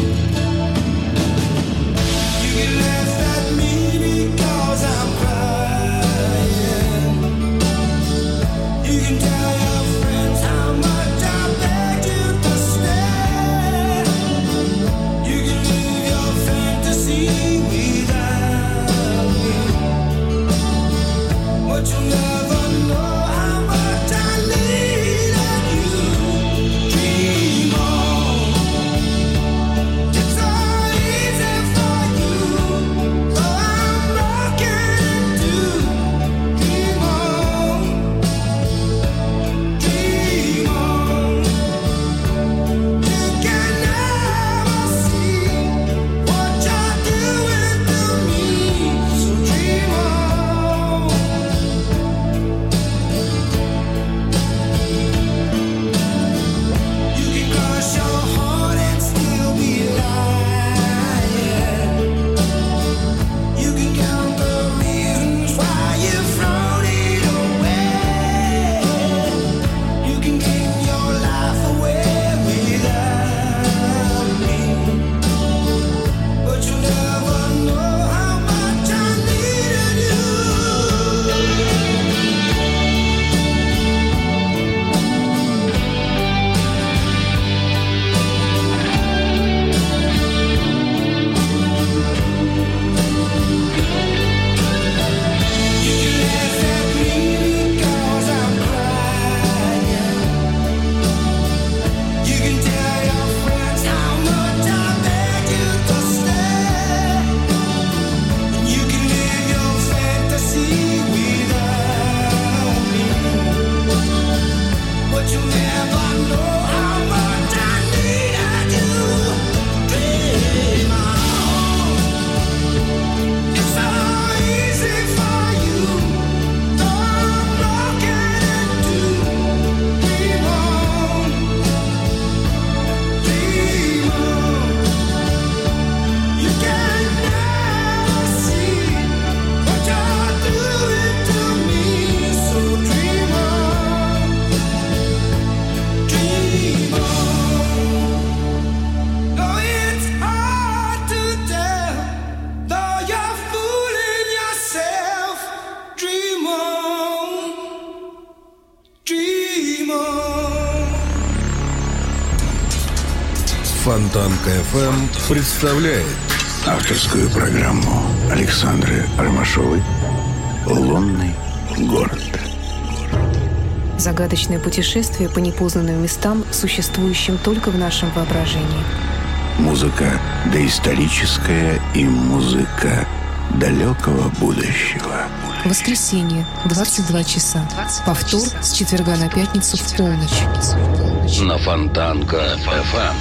Фонтанка FM представляет авторскую программу Александры Ромашовой «Лунный город». Загадочное путешествие по непознанным местам, существующим только в нашем воображении. Музыка доисторическая и музыка далекого будущего. Воскресенье, 22 часа. Повтор с четверга на пятницу в полночь. На Фонтанка FM.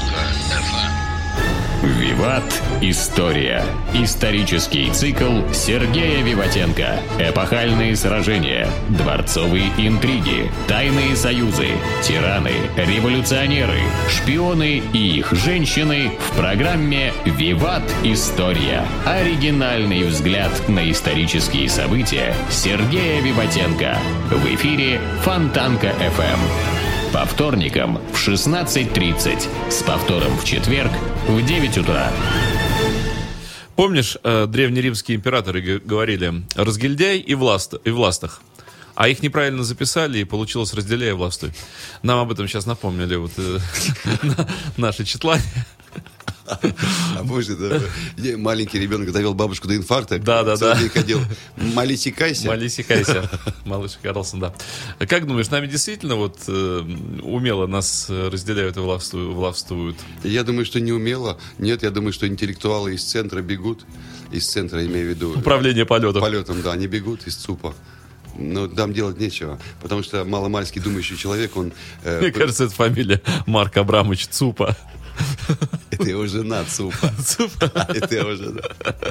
«Виват. История». Исторический цикл Сергея Виватенко. Эпохальные сражения, дворцовые интриги, тайные союзы, тираны, революционеры, шпионы и их женщины в программе «Виват. История». Оригинальный взгляд на исторические события Сергея Виватенко. В эфире Фонтанка FM. По вторникам в 16:30, с повтором в четверг в 9 утра. Помнишь, древнеримские императоры говорили «разгильдяй и властах», а их неправильно записали, и получилось «разделяй и властвуй». Нам об этом сейчас напомнили вот наши читлане. А может, маленький ребенок довел бабушку до инфаркта. Да. Ходил. Молись кайся. Малыш Карлсон, да. Как думаешь, нами действительно вот умело нас разделяют и властвуют? Я думаю, что не умело. Нет, я думаю, что интеллектуалы из центра бегут. Из центра, имею в виду... Управление полетом. Полетом, да, они бегут из ЦУПа. Но там делать нечего, потому что маломальски думающий человек, он... Мне кажется, это фамилия Марк Абрамович Цупа. Это его жена Цупа. Это его жена.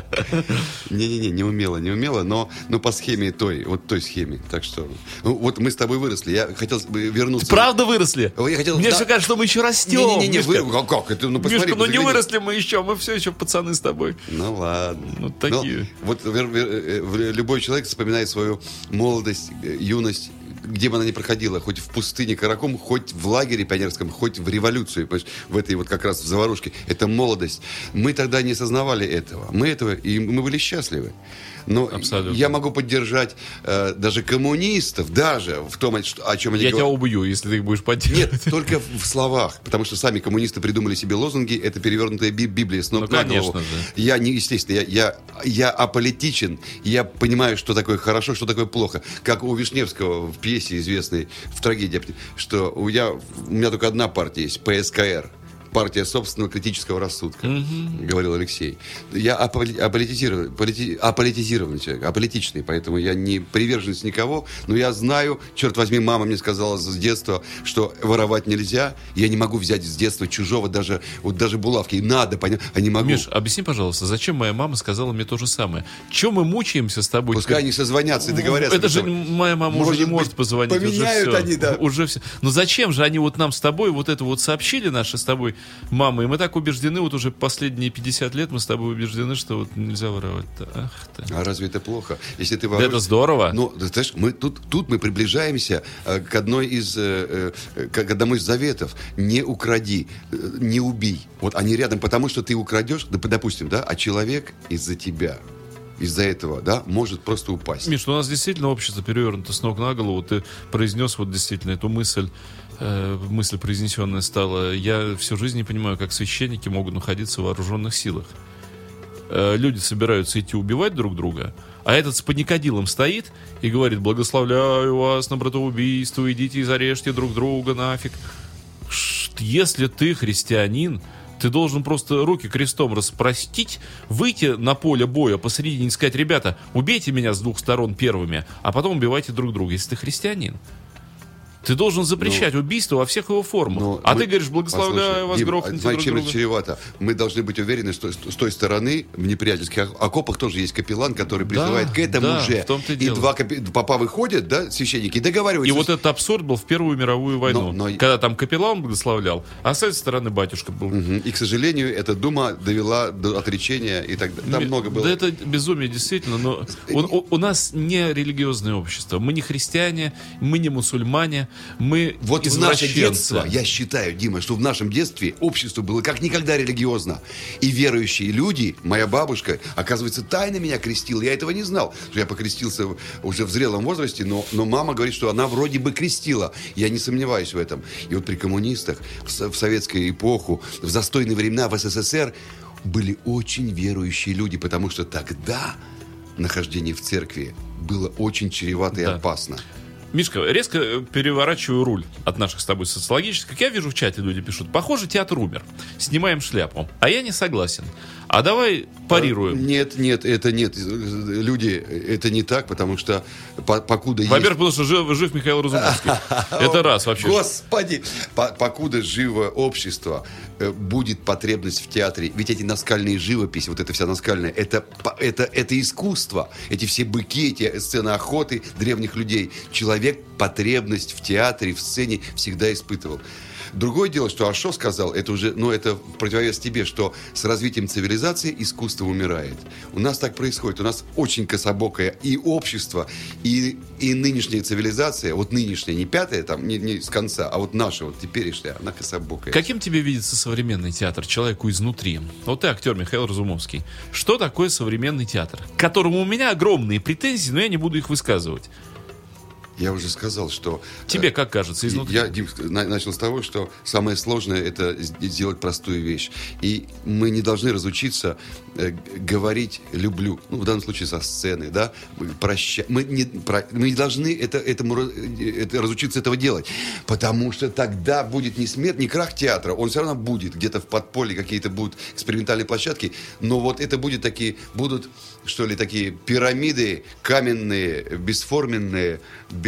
Не умело, но по схеме той схеме. Так что, вот мы с тобой выросли. Я хотел вернуться. Правда выросли? Мне все кажется, что мы еще растем. Как это? Мишка, не выросли мы еще, мы все еще пацаны с тобой. Ну ладно. Ну такие. Вот любой человек вспоминает свою молодость, юность, где бы она ни проходила, хоть в пустыне Каракум, хоть в лагере пионерском, хоть в революцию, в этой вот как раз в заварушке. Это молодость. Мы тогда не осознавали этого. И мы были счастливы. Но абсолютно. Я могу поддержать даже коммунистов, даже в том, о чем они говорят. Я тебя убью, если ты их будешь поддерживать. Нет, только в словах. Потому что сами коммунисты придумали себе лозунги. Это перевернутая Библия с ног на голову. Конечно же. Естественно, я аполитичен. Я понимаю, что такое хорошо, что такое плохо. Как у Вишневского в пьесе известной, в трагедии, что у меня только одна партия есть, ПСКР. Партия собственного критического рассудка, говорил Алексей. Я аполитизированный человек, аполитичный, поэтому я не приверженец никого, но я знаю, черт возьми, мама мне сказала с детства, что воровать нельзя, я не могу взять с детства чужого, даже булавки, и надо, понять, а не могу. Миш, объясни, пожалуйста, зачем моя мама сказала мне то же самое? Чем мы мучаемся с тобой? Пускай они созвонятся и договорятся. Это же моя мама уже не может позвонить. Поменяют они, да. Уже все. Но зачем же они вот нам с тобой вот это вот сообщили, наши с тобой мама, и мы так убеждены, вот уже последние 50 лет мы с тобой убеждены, что вот нельзя воровать-то. Ах ты. А разве это плохо? Если ты воруешь... Да это здорово. Ну, знаешь, тут мы приближаемся к одному из заветов. Не укради, не убей. Вот они рядом, потому что ты украдешь, допустим, да, а человек из-за тебя, из-за этого, да, может просто упасть. Миш, у нас действительно общество перевернуто с ног на голову. Ты произнес вот действительно эту мысль произнесенная стала. Я всю жизнь не понимаю, как священники могут находиться в вооруженных силах. Люди собираются идти убивать друг друга, а этот с паникадилом стоит и говорит: благословляю вас на братоубийство, идите и зарежьте друг друга нафиг. Если ты христианин, ты должен просто руки крестом распростить, выйти на поле боя посередине и сказать: ребята, убейте меня с двух сторон первыми, а потом убивайте друг друга, если ты христианин. Ты должен запрещать убийство во всех его формах. Ты говоришь: благословляю вас, грохните друг чем друга. это чревато? Мы должны быть уверены, что с той стороны, в неприятельских окопах тоже есть капеллан, который призывает к этому же. И два попа выходят, да, священники, и договариваются. И вот этот абсурд был в Первую мировую войну, когда там капеллан благословлял, а с этой стороны батюшка был. И, к сожалению, эта дума довела до отречения, и так далее. Там много было. Да это безумие, действительно, но у нас не религиозное общество. Мы не христиане, мы не мусульмане. Мы Вот в наше извращенцы. детство, я считаю, Дима, что в нашем детстве общество было как никогда религиозно. И верующие люди, моя бабушка, оказывается, тайно меня крестила. Я этого не знал. Я покрестился уже в зрелом возрасте, но мама говорит, что она вроде бы крестила. Я не сомневаюсь в этом. И вот при коммунистах, в советскую эпоху, в застойные времена в СССР были очень верующие люди, потому что тогда нахождение в церкви было очень чревато и опасно. Мишка, резко переворачиваю руль от наших с тобой социологических. Как я вижу в чате, люди пишут: похоже, театр умер. Снимаем шляпу. А я не согласен. А давай парируем. Нет, это нет. Люди, это не так, потому что покуда есть... Во-первых, потому что жив Михаил Разумовский. Это раз вообще. Господи! Покуда живо общество, будет потребность в театре. Ведь эти наскальные живописи, вот эта вся наскальная, это искусство. Эти все быки, эти сцены охоты древних людей. Человек потребность в театре, в сцене всегда испытывал. Другое дело, что Ашо сказал, это уже, это в противовес тебе, что с развитием цивилизации искусство умирает. У нас так происходит. У нас очень кособокое и общество, и нынешняя цивилизация, вот нынешняя, не пятая, там, не с конца, а вот наша, вот теперешняя, она кособокая. Каким тебе видится современный театр, человеку изнутри? Вот ты актер Михаил Разумовский. Что такое современный театр? К которому у меня огромные претензии, но я не буду их высказывать. Я уже сказал, что... Тебе как кажется изнутри? Я, Дим, начал с того, что самое сложное — это сделать простую вещь. И мы не должны разучиться говорить «люблю». В данном случае со сцены, да? Мы не должны разучиться этого делать. Потому что тогда будет не смерть, не крах театра. Он все равно будет. Где-то в подполье какие-то будут экспериментальные площадки. Но вот это будут, что ли, такие пирамиды каменные, бесформенные,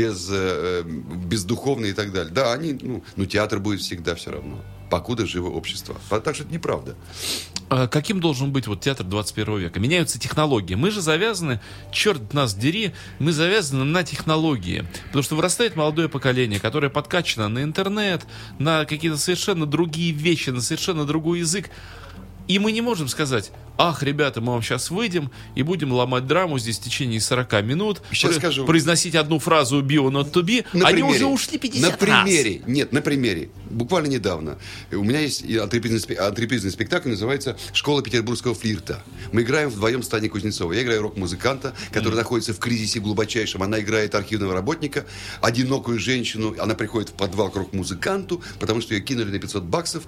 бездуховные и так далее. Да, театр будет всегда все равно, покуда живо общество. Так что это неправда. Каким должен быть театр 21 века? Меняются технологии. Мы же завязаны, черт нас дери, мы завязаны на технологии. Потому что вырастает молодое поколение, которое подкачано на интернет, на какие-то совершенно другие вещи, на совершенно другой язык. И мы не можем сказать: ах, ребята, мы вам сейчас выйдем и будем ломать драму здесь в течение 40 минут, произносить одну фразу «be or not to be», они уже ушли 50 раз. На примере. Буквально недавно. У меня есть антрепризный спектакль, называется «Школа петербургского флирта». Мы играем вдвоем с Таней Кузнецовой. Я играю рок-музыканта, который находится в кризисе глубочайшем. Она играет архивного работника, одинокую женщину. Она приходит в подвал к рок-музыканту, потому что ее кинули на $500,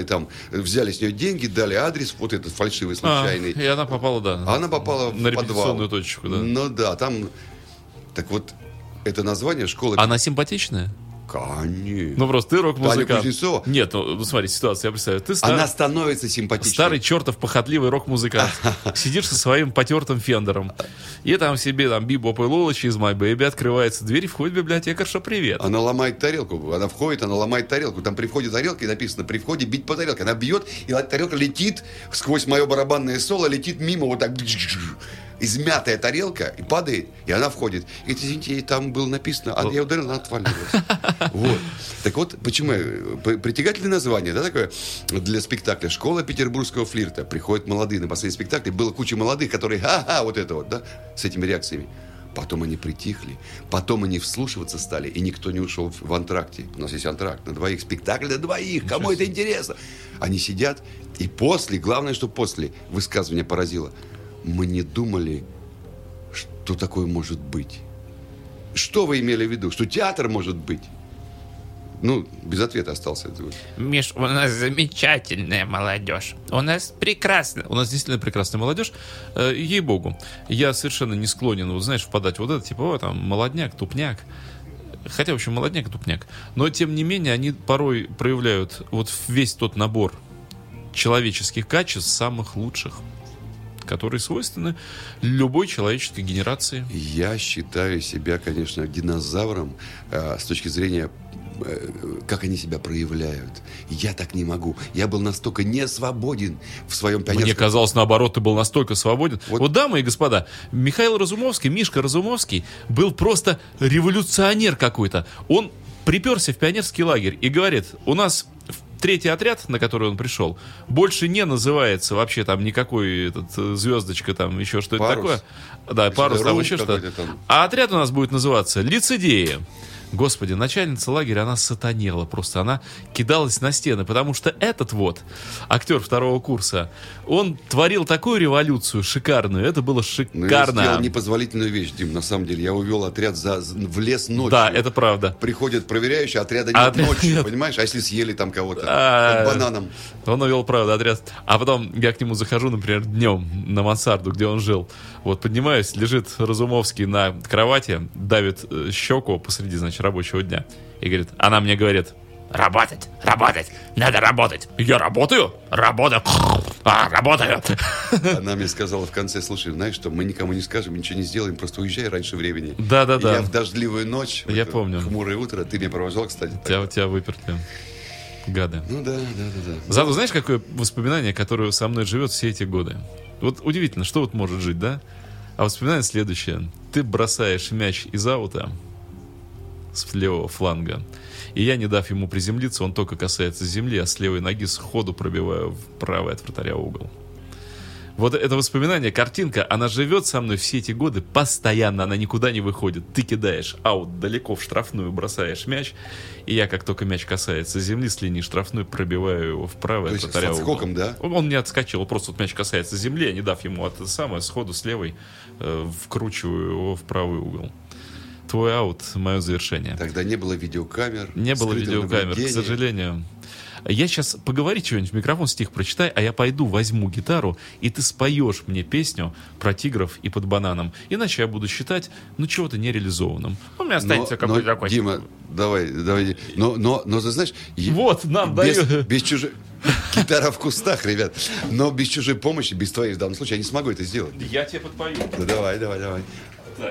взяли с нее деньги, дали адрес, вот этот фальшивый случайный. И она попала, да. Она попала на в подвал. репетиционную точку, да. Там... Так вот, это название «Школа». Она симпатичная? Конечно. Просто ты рок-музыкант. Таня Кузнецова. Нет, смотри, ситуация, я представляю. Она становится симпатичной. Старый чертов похотливый рок-музыкант. Сидишь со своим потертым фендером. И там себе бибоп и лолочи из My Baby. Открывается дверь, входит библиотекарша. Привет. Она ломает тарелку. Она входит, она ломает тарелку. Там при входе тарелки написано: при входе бить по тарелке. Она бьет, и тарелка летит сквозь мое барабанное соло, летит мимо вот так. Измятая тарелка, и падает, и она входит. И, извините, там было написано, а я ударил, она отвалилась. Вот. Так вот, почему? Притягательное название, да, такое для спектакля. «Школа петербургского флирта». Приходят молодые. На последнем спектакле было куча молодых, которые вот это вот, да, с этими реакциями. Потом они притихли, потом они вслушиваться стали, и никто не ушел в антракте. У нас есть антракт на двоих, спектакль на двоих, кому это интересно? Они сидят, и главное, что после высказывания поразило, мы не думали, что такое может быть. Что вы имели в виду? Что театр может быть? Без ответа остался. Миш, у нас замечательная молодежь. У нас прекрасно. У нас действительно прекрасная молодежь. Ей-богу. Я совершенно не склонен, впадать в это, молодняк, тупняк. Хотя, в общем, молодняк и тупняк. Но, тем не менее, они порой проявляют весь тот набор человеческих качеств, самых лучших, которые свойственны любой человеческой генерации. Я считаю себя, конечно, динозавром с точки зрения, как они себя проявляют. Я так не могу. Я был настолько не свободен в своем пионерском... Мне казалось, наоборот, ты был настолько свободен. Вот, дамы и господа, Михаил Разумовский, Мишка Разумовский был просто революционер какой-то. Он приперся в пионерский лагерь и говорит: у нас... Третий отряд, на который он пришел, больше не называется вообще никакой звездочка, еще что-то такое. Да, парус, там еще что-то. А отряд у нас будет называться лицедеи. Господи, начальница лагеря, она сатанела просто. Она кидалась на стены, потому что этот вот актер второго курса, он творил такую революцию шикарную. Это было шикарно. Но я сделал непозволительную вещь, Дим, на самом деле. Я увел отряд в лес ночью. Да, это правда. Приходят проверяющие, отряда нет ночью, понимаешь? А если съели там кого-то под бананом? Он увел, правда, отряд. А потом я к нему захожу, например, днем на мансарду, где он жил. Вот, поднимаюсь, лежит Разумовский на кровати, давит щеку посреди, значит, рабочего дня. И говорит, она мне говорит: Работать, надо работать. Я работаю? Работаю. Работаю. Она мне сказала в конце: слушай, знаешь что, мы никому не скажем, ничего не сделаем, просто уезжай раньше времени. Да. Я в дождливую ночь, я помню. Хмурое утро, ты меня провожал, кстати. Тебя выперли. Гады. Ну да. Зато знаешь, какое воспоминание, которое со мной живет все эти годы? Вот удивительно, что вот может жить, да? А воспоминание следующее. Ты бросаешь мяч из аута с левого фланга, и я, не дав ему приземлиться, он только касается земли, а с левой ноги сходу пробиваю в правый от вратаря угол. Вот это воспоминание, картинка, она живет со мной все эти годы постоянно, она никуда не выходит. Ты кидаешь аут далеко в штрафную, бросаешь мяч, и я, как только мяч касается земли, с линии штрафной пробиваю его в правый от вратаря угол. С отскоком, да? Он не отскочил, просто вот мяч касается земли, я, не дав ему сходу с левой, вкручиваю его в правый угол. Твой аут, мое завершение. Тогда не было видеокамер. Не было видеокамер, к сожалению. Я сейчас поговори что-нибудь в микрофон, стих прочитай, а я пойду возьму гитару, и ты споешь мне песню про тигров и под бананом. Иначе я буду считать, чего-то нереализованным. У меня останется какой-то такой... Дима, давай. Но ты знаешь... Вот, нам дают... Без чужой... Гитара в кустах, ребят. Но без чужой помощи, без твоей в данном случае, я не смогу это сделать. Я тебе подпою. Да давай. Так.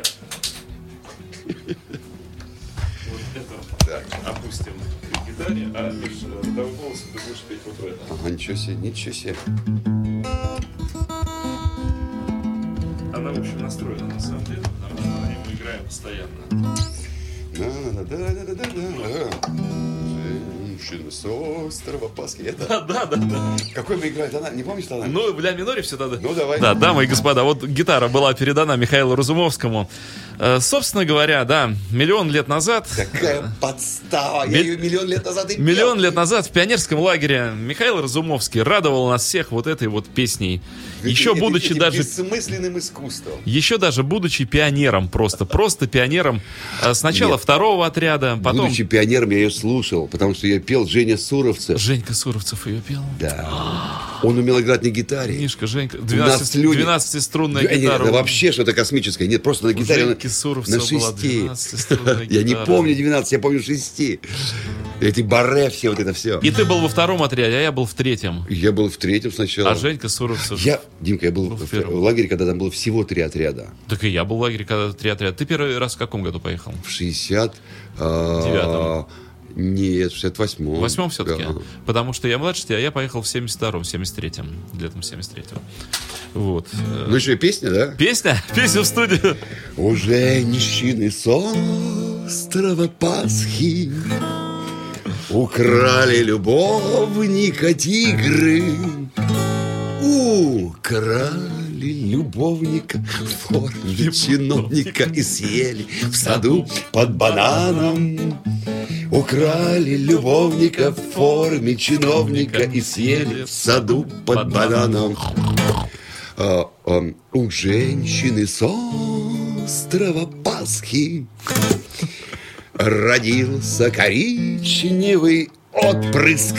Вот это опустим к гитаре, а лишь родовой голос ты будешь петь вот в это. Ага, ничего себе. Она, в общем, настроена на самом деле, потому что на ней мы играем постоянно. Женщина с острова Пасхи. Да. Какой мы играем? Она, не помнишь, что она? В ля миноре все тогда. Давай. Да, дамы и господа, вот гитара была передана Михаилу Разумовскому. Собственно говоря, да, миллион лет назад... Какая подстава! Я ее миллион лет назад и пел. Миллион лет назад в пионерском лагере Михаил Разумовский радовал нас всех вот этой вот песней. Еще будучи даже... бессмысленным искусством. Еще даже будучи пионером просто пионером. Сначала второго отряда, потом... Будучи пионером, я ее слушал, потому что ее пел Женя Суровцев. Женька Суровцев ее пел? Да. Он умел играть на гитаре. Мишка, Женька, 12-струнная гитара. Нет, вообще что-то космическое. Нет, просто на гитаре. На 6. Я не помню 12, я помню 6. Эти баре, все вот это все. И ты был во втором отряде, а я был в третьем. Я был в третьем сначала. А Женька Суровцев... Димка, я был в лагере, когда там было всего 3 отряда. Так и я был в лагере, когда 3 отряда. Ты первый раз в каком году поехал? В 69-м. Нет, в 68-м. В 8-м все-таки? Да. Потому что я младше тебя, а я поехал в 72-м, 73-м. Летом 73-го. Вот. Ну еще и песня, да? Песня в студию. У женщины с острова Пасхи украли любовника тигры. Украли любовника в форме чиновника и съели в саду под бананом. Украли любовника в форме чиновника и съели в саду под бананом. У женщины с острова Пасхи родился коричневый отпрыск.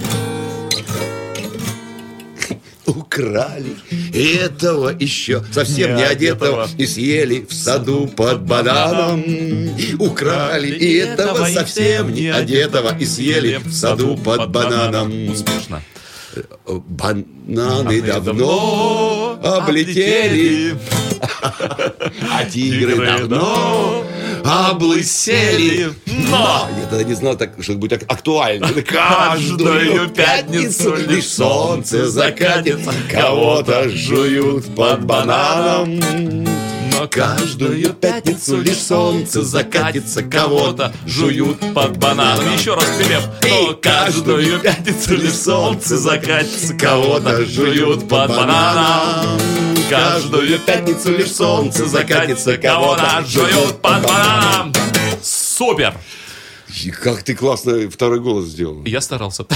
Украли этого еще совсем не одетого и съели в саду под бананом. Украли и этого совсем не одетого и съели в саду под бананом. Успешно. Бананы давно облетели, а тигры давно облысели. Но я тогда не знал, что это будет актуально. Каждую пятницу лишь солнце закатится, кого-то жуют под бананом. Но каждую пятницу лишь солнце закатится, кого-то жуют под бананом. Еще раз припев. Но каждую пятницу лишь солнце закатится, кого-то жуют под бананом. Каждую пятницу лишь солнце закатится, кого-то жуют под бананом. Супер! И как ты классно второй голос сделал. Я старался.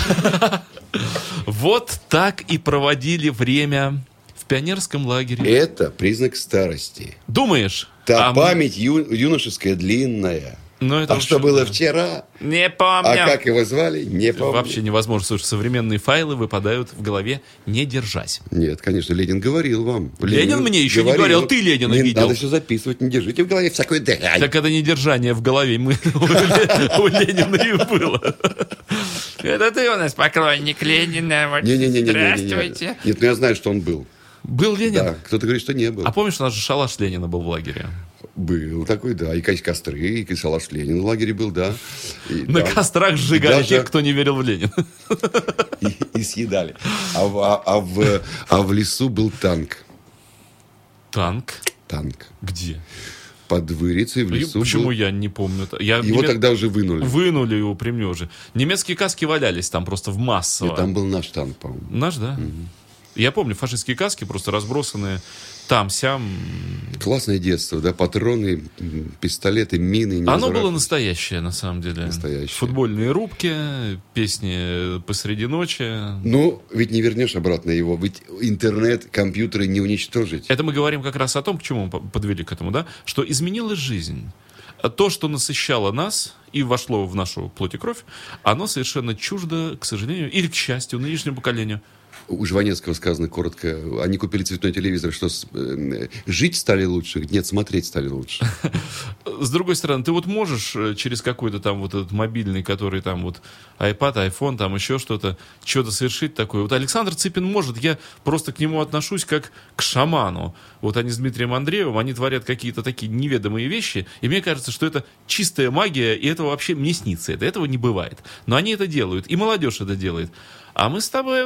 Вот так и проводили время в пионерском лагере. Это признак старости. Думаешь? Та память юношеская длинная. Ну, это а что было вчера? Не помню. А как его звали? Не помню. Вообще невозможно. Слушай, современные файлы выпадают в голове, не держась. Нет, конечно, Ленин говорил вам. Ленин мне еще не говорил, ты Ленина видел. Надо все записывать, не держите в голове всякую дрянь. Так это не держание в голове у Ленина и было. Это ты у нас поклонник Ленина. Здравствуйте. Нет, ну я знаю, что он был. Был Ленин? Да, кто-то говорит, что не был. А помнишь, у нас же шалаш Ленина был в лагере? Был такой, да. И костры, и шалаш Ленина в лагере был, да. На кострах сжигали тех, кто не верил в Ленина. И съедали. А в лесу был танк. Танк? Танк. Где? Под Вырицей в лесу. Почему я не помню? Его тогда уже вынули. Вынули его при мне уже. Немецкие каски валялись там просто в массово. И там был наш танк, по-моему. Наш, да? Угу. Я помню фашистские каски, просто разбросанные там-сям. Классное детство, да? Патроны, пистолеты, мины. Оно было настоящее, на самом деле. Настоящее. Футбольные рубки, песни посреди ночи. Ну, ведь не вернешь обратно его. Ведь интернет, компьютеры не уничтожить. Это мы говорим как раз о том, к чему мы подвели к этому, да? Что изменилась жизнь. То, что насыщало нас и вошло в нашу плоть и кровь, оно совершенно чуждо, к сожалению, или к счастью, нынешнему поколению. У Жванецкого сказано коротко: они купили цветной телевизор, что жить стали лучше? Нет, смотреть стали лучше. С другой стороны, ты вот можешь через какой-то там вот этот мобильный, который там вот iPad, iPhone, там еще что-то совершить такое. Вот Александр Цыпин может, я просто к нему отношусь как к шаману. Вот они с Дмитрием Андреевым, они творят какие-то такие неведомые вещи, и мне кажется, что это чистая магия, и это вообще мне снится. Этого не бывает. Но они это делают, и молодежь это делает. А мы с тобой...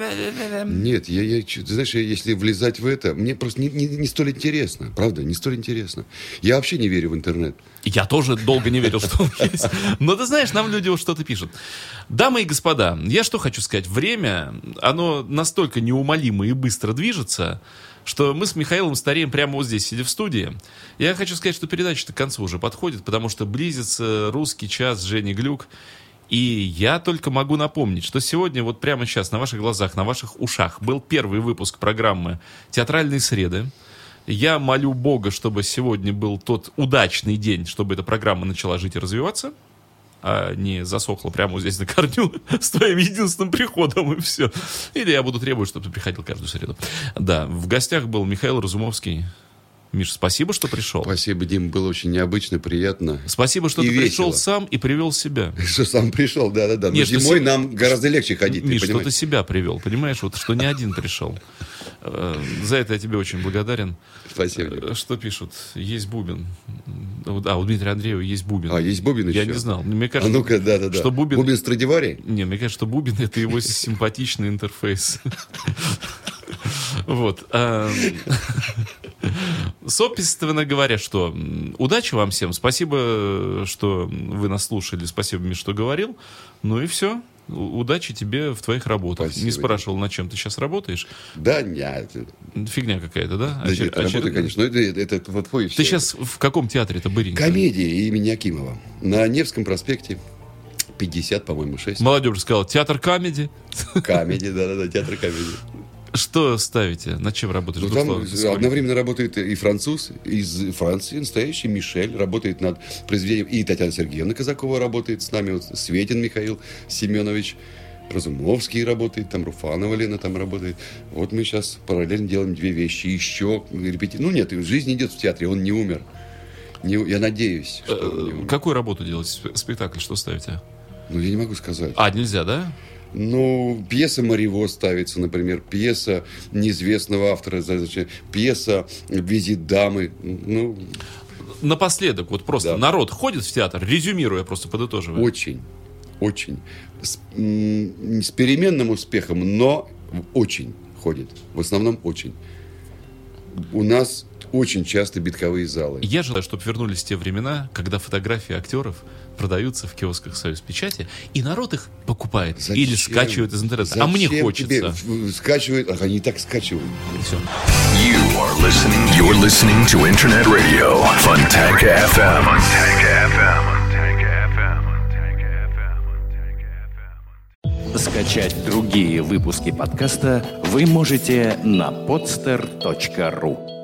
Нет, ты знаешь, если влезать в это, мне просто не столь интересно. Правда, не столь интересно. Я вообще не верю в интернет. Я тоже долго не верил, что он есть. Но ты знаешь, нам люди что-то пишут. Дамы и господа, я что хочу сказать. Время, оно настолько неумолимо и быстро движется, что мы с Михаилом стареем прямо вот здесь, сидя в студии. Я хочу сказать, что передача-то к концу уже подходит, потому что близится русский час Жени Глюк. И я только могу напомнить, что сегодня, вот прямо сейчас, на ваших глазах, на ваших ушах, был первый выпуск программы «Театральные среды». Я молю Бога, чтобы сегодня был тот удачный день, чтобы эта программа начала жить и развиваться, а не засохла прямо вот здесь на корню с твоим единственным приходом, и все. Или я буду требовать, чтобы ты приходил каждую среду. Да, в гостях был Михаил Разумовский. Миш, спасибо, что пришел. Спасибо, Дим, было очень необычно, приятно. Спасибо, что ты пришел сам и привел себя. Что сам пришел, да-да-да. Но зимой нам гораздо легче ходить. Миш, что ты себя привел, понимаешь, вот что не один пришел. За это я тебе очень благодарен. Спасибо. Что пишут? Есть бубен. А, у Дмитрия Андреева есть бубен. А, есть бубен еще? Я не знал. Мне кажется, ну-ка, да-да-да. Что бубен... Бубен Страдивари? Не, мне кажется, что бубен — это его симпатичный интерфейс. Вот. Собственно говоря, что удачи вам всем. Спасибо, что вы нас слушали. Спасибо, Миш, что говорил. Ну и все. Удачи тебе в твоих работах. Спасибо. Не спрашивал, над чем ты сейчас работаешь? Да, нет. Фигня какая-то, да? Да нет, работа, конечно. Но это вот твой. Ты сейчас в каком театре-то, Быренько? Комедия имени Акимова. На Невском проспекте 50, по-моему, 6. Молодежь сказала, театр комедии. Комедия, да-да-да, театр комедии. Что ставите? Над чем работаешь? Ну, там одновременно работает и француз из Франции, настоящий Мишель, работает над произведением, и Татьяна Сергеевна Казакова работает с нами, вот Светин Михаил Семенович, Разумовский работает, там Руфанова Лена там работает. Вот мы сейчас параллельно делаем две вещи. Еще репетируем. Ну нет, жизнь идет в театре, он не умер. Я надеюсь, что он не умер. Какую работу делать? Спектакль что ставите? Ну, я не могу сказать. А, нельзя, да? Ну, пьеса Марево ставится, например, пьеса неизвестного автора, пьеса «Визит дамы». Ну, напоследок, вот просто да. Народ ходит в театр, резюмируя, просто подытоживая. Очень. С переменным успехом, но очень ходит. В основном очень. У нас очень часто битковые залы. Я желаю, чтобы вернулись те времена, когда фотографии актеров продаются в киосках «Союзпечати», и народ их покупает. Зачем? Или скачивает из интернета. Зачем? А мне хочется. Тебе скачивают, они так скачивают. Все. You're listening to Internet Radio Fontanka FM. Скачать другие выпуски подкаста вы можете на podster.ru.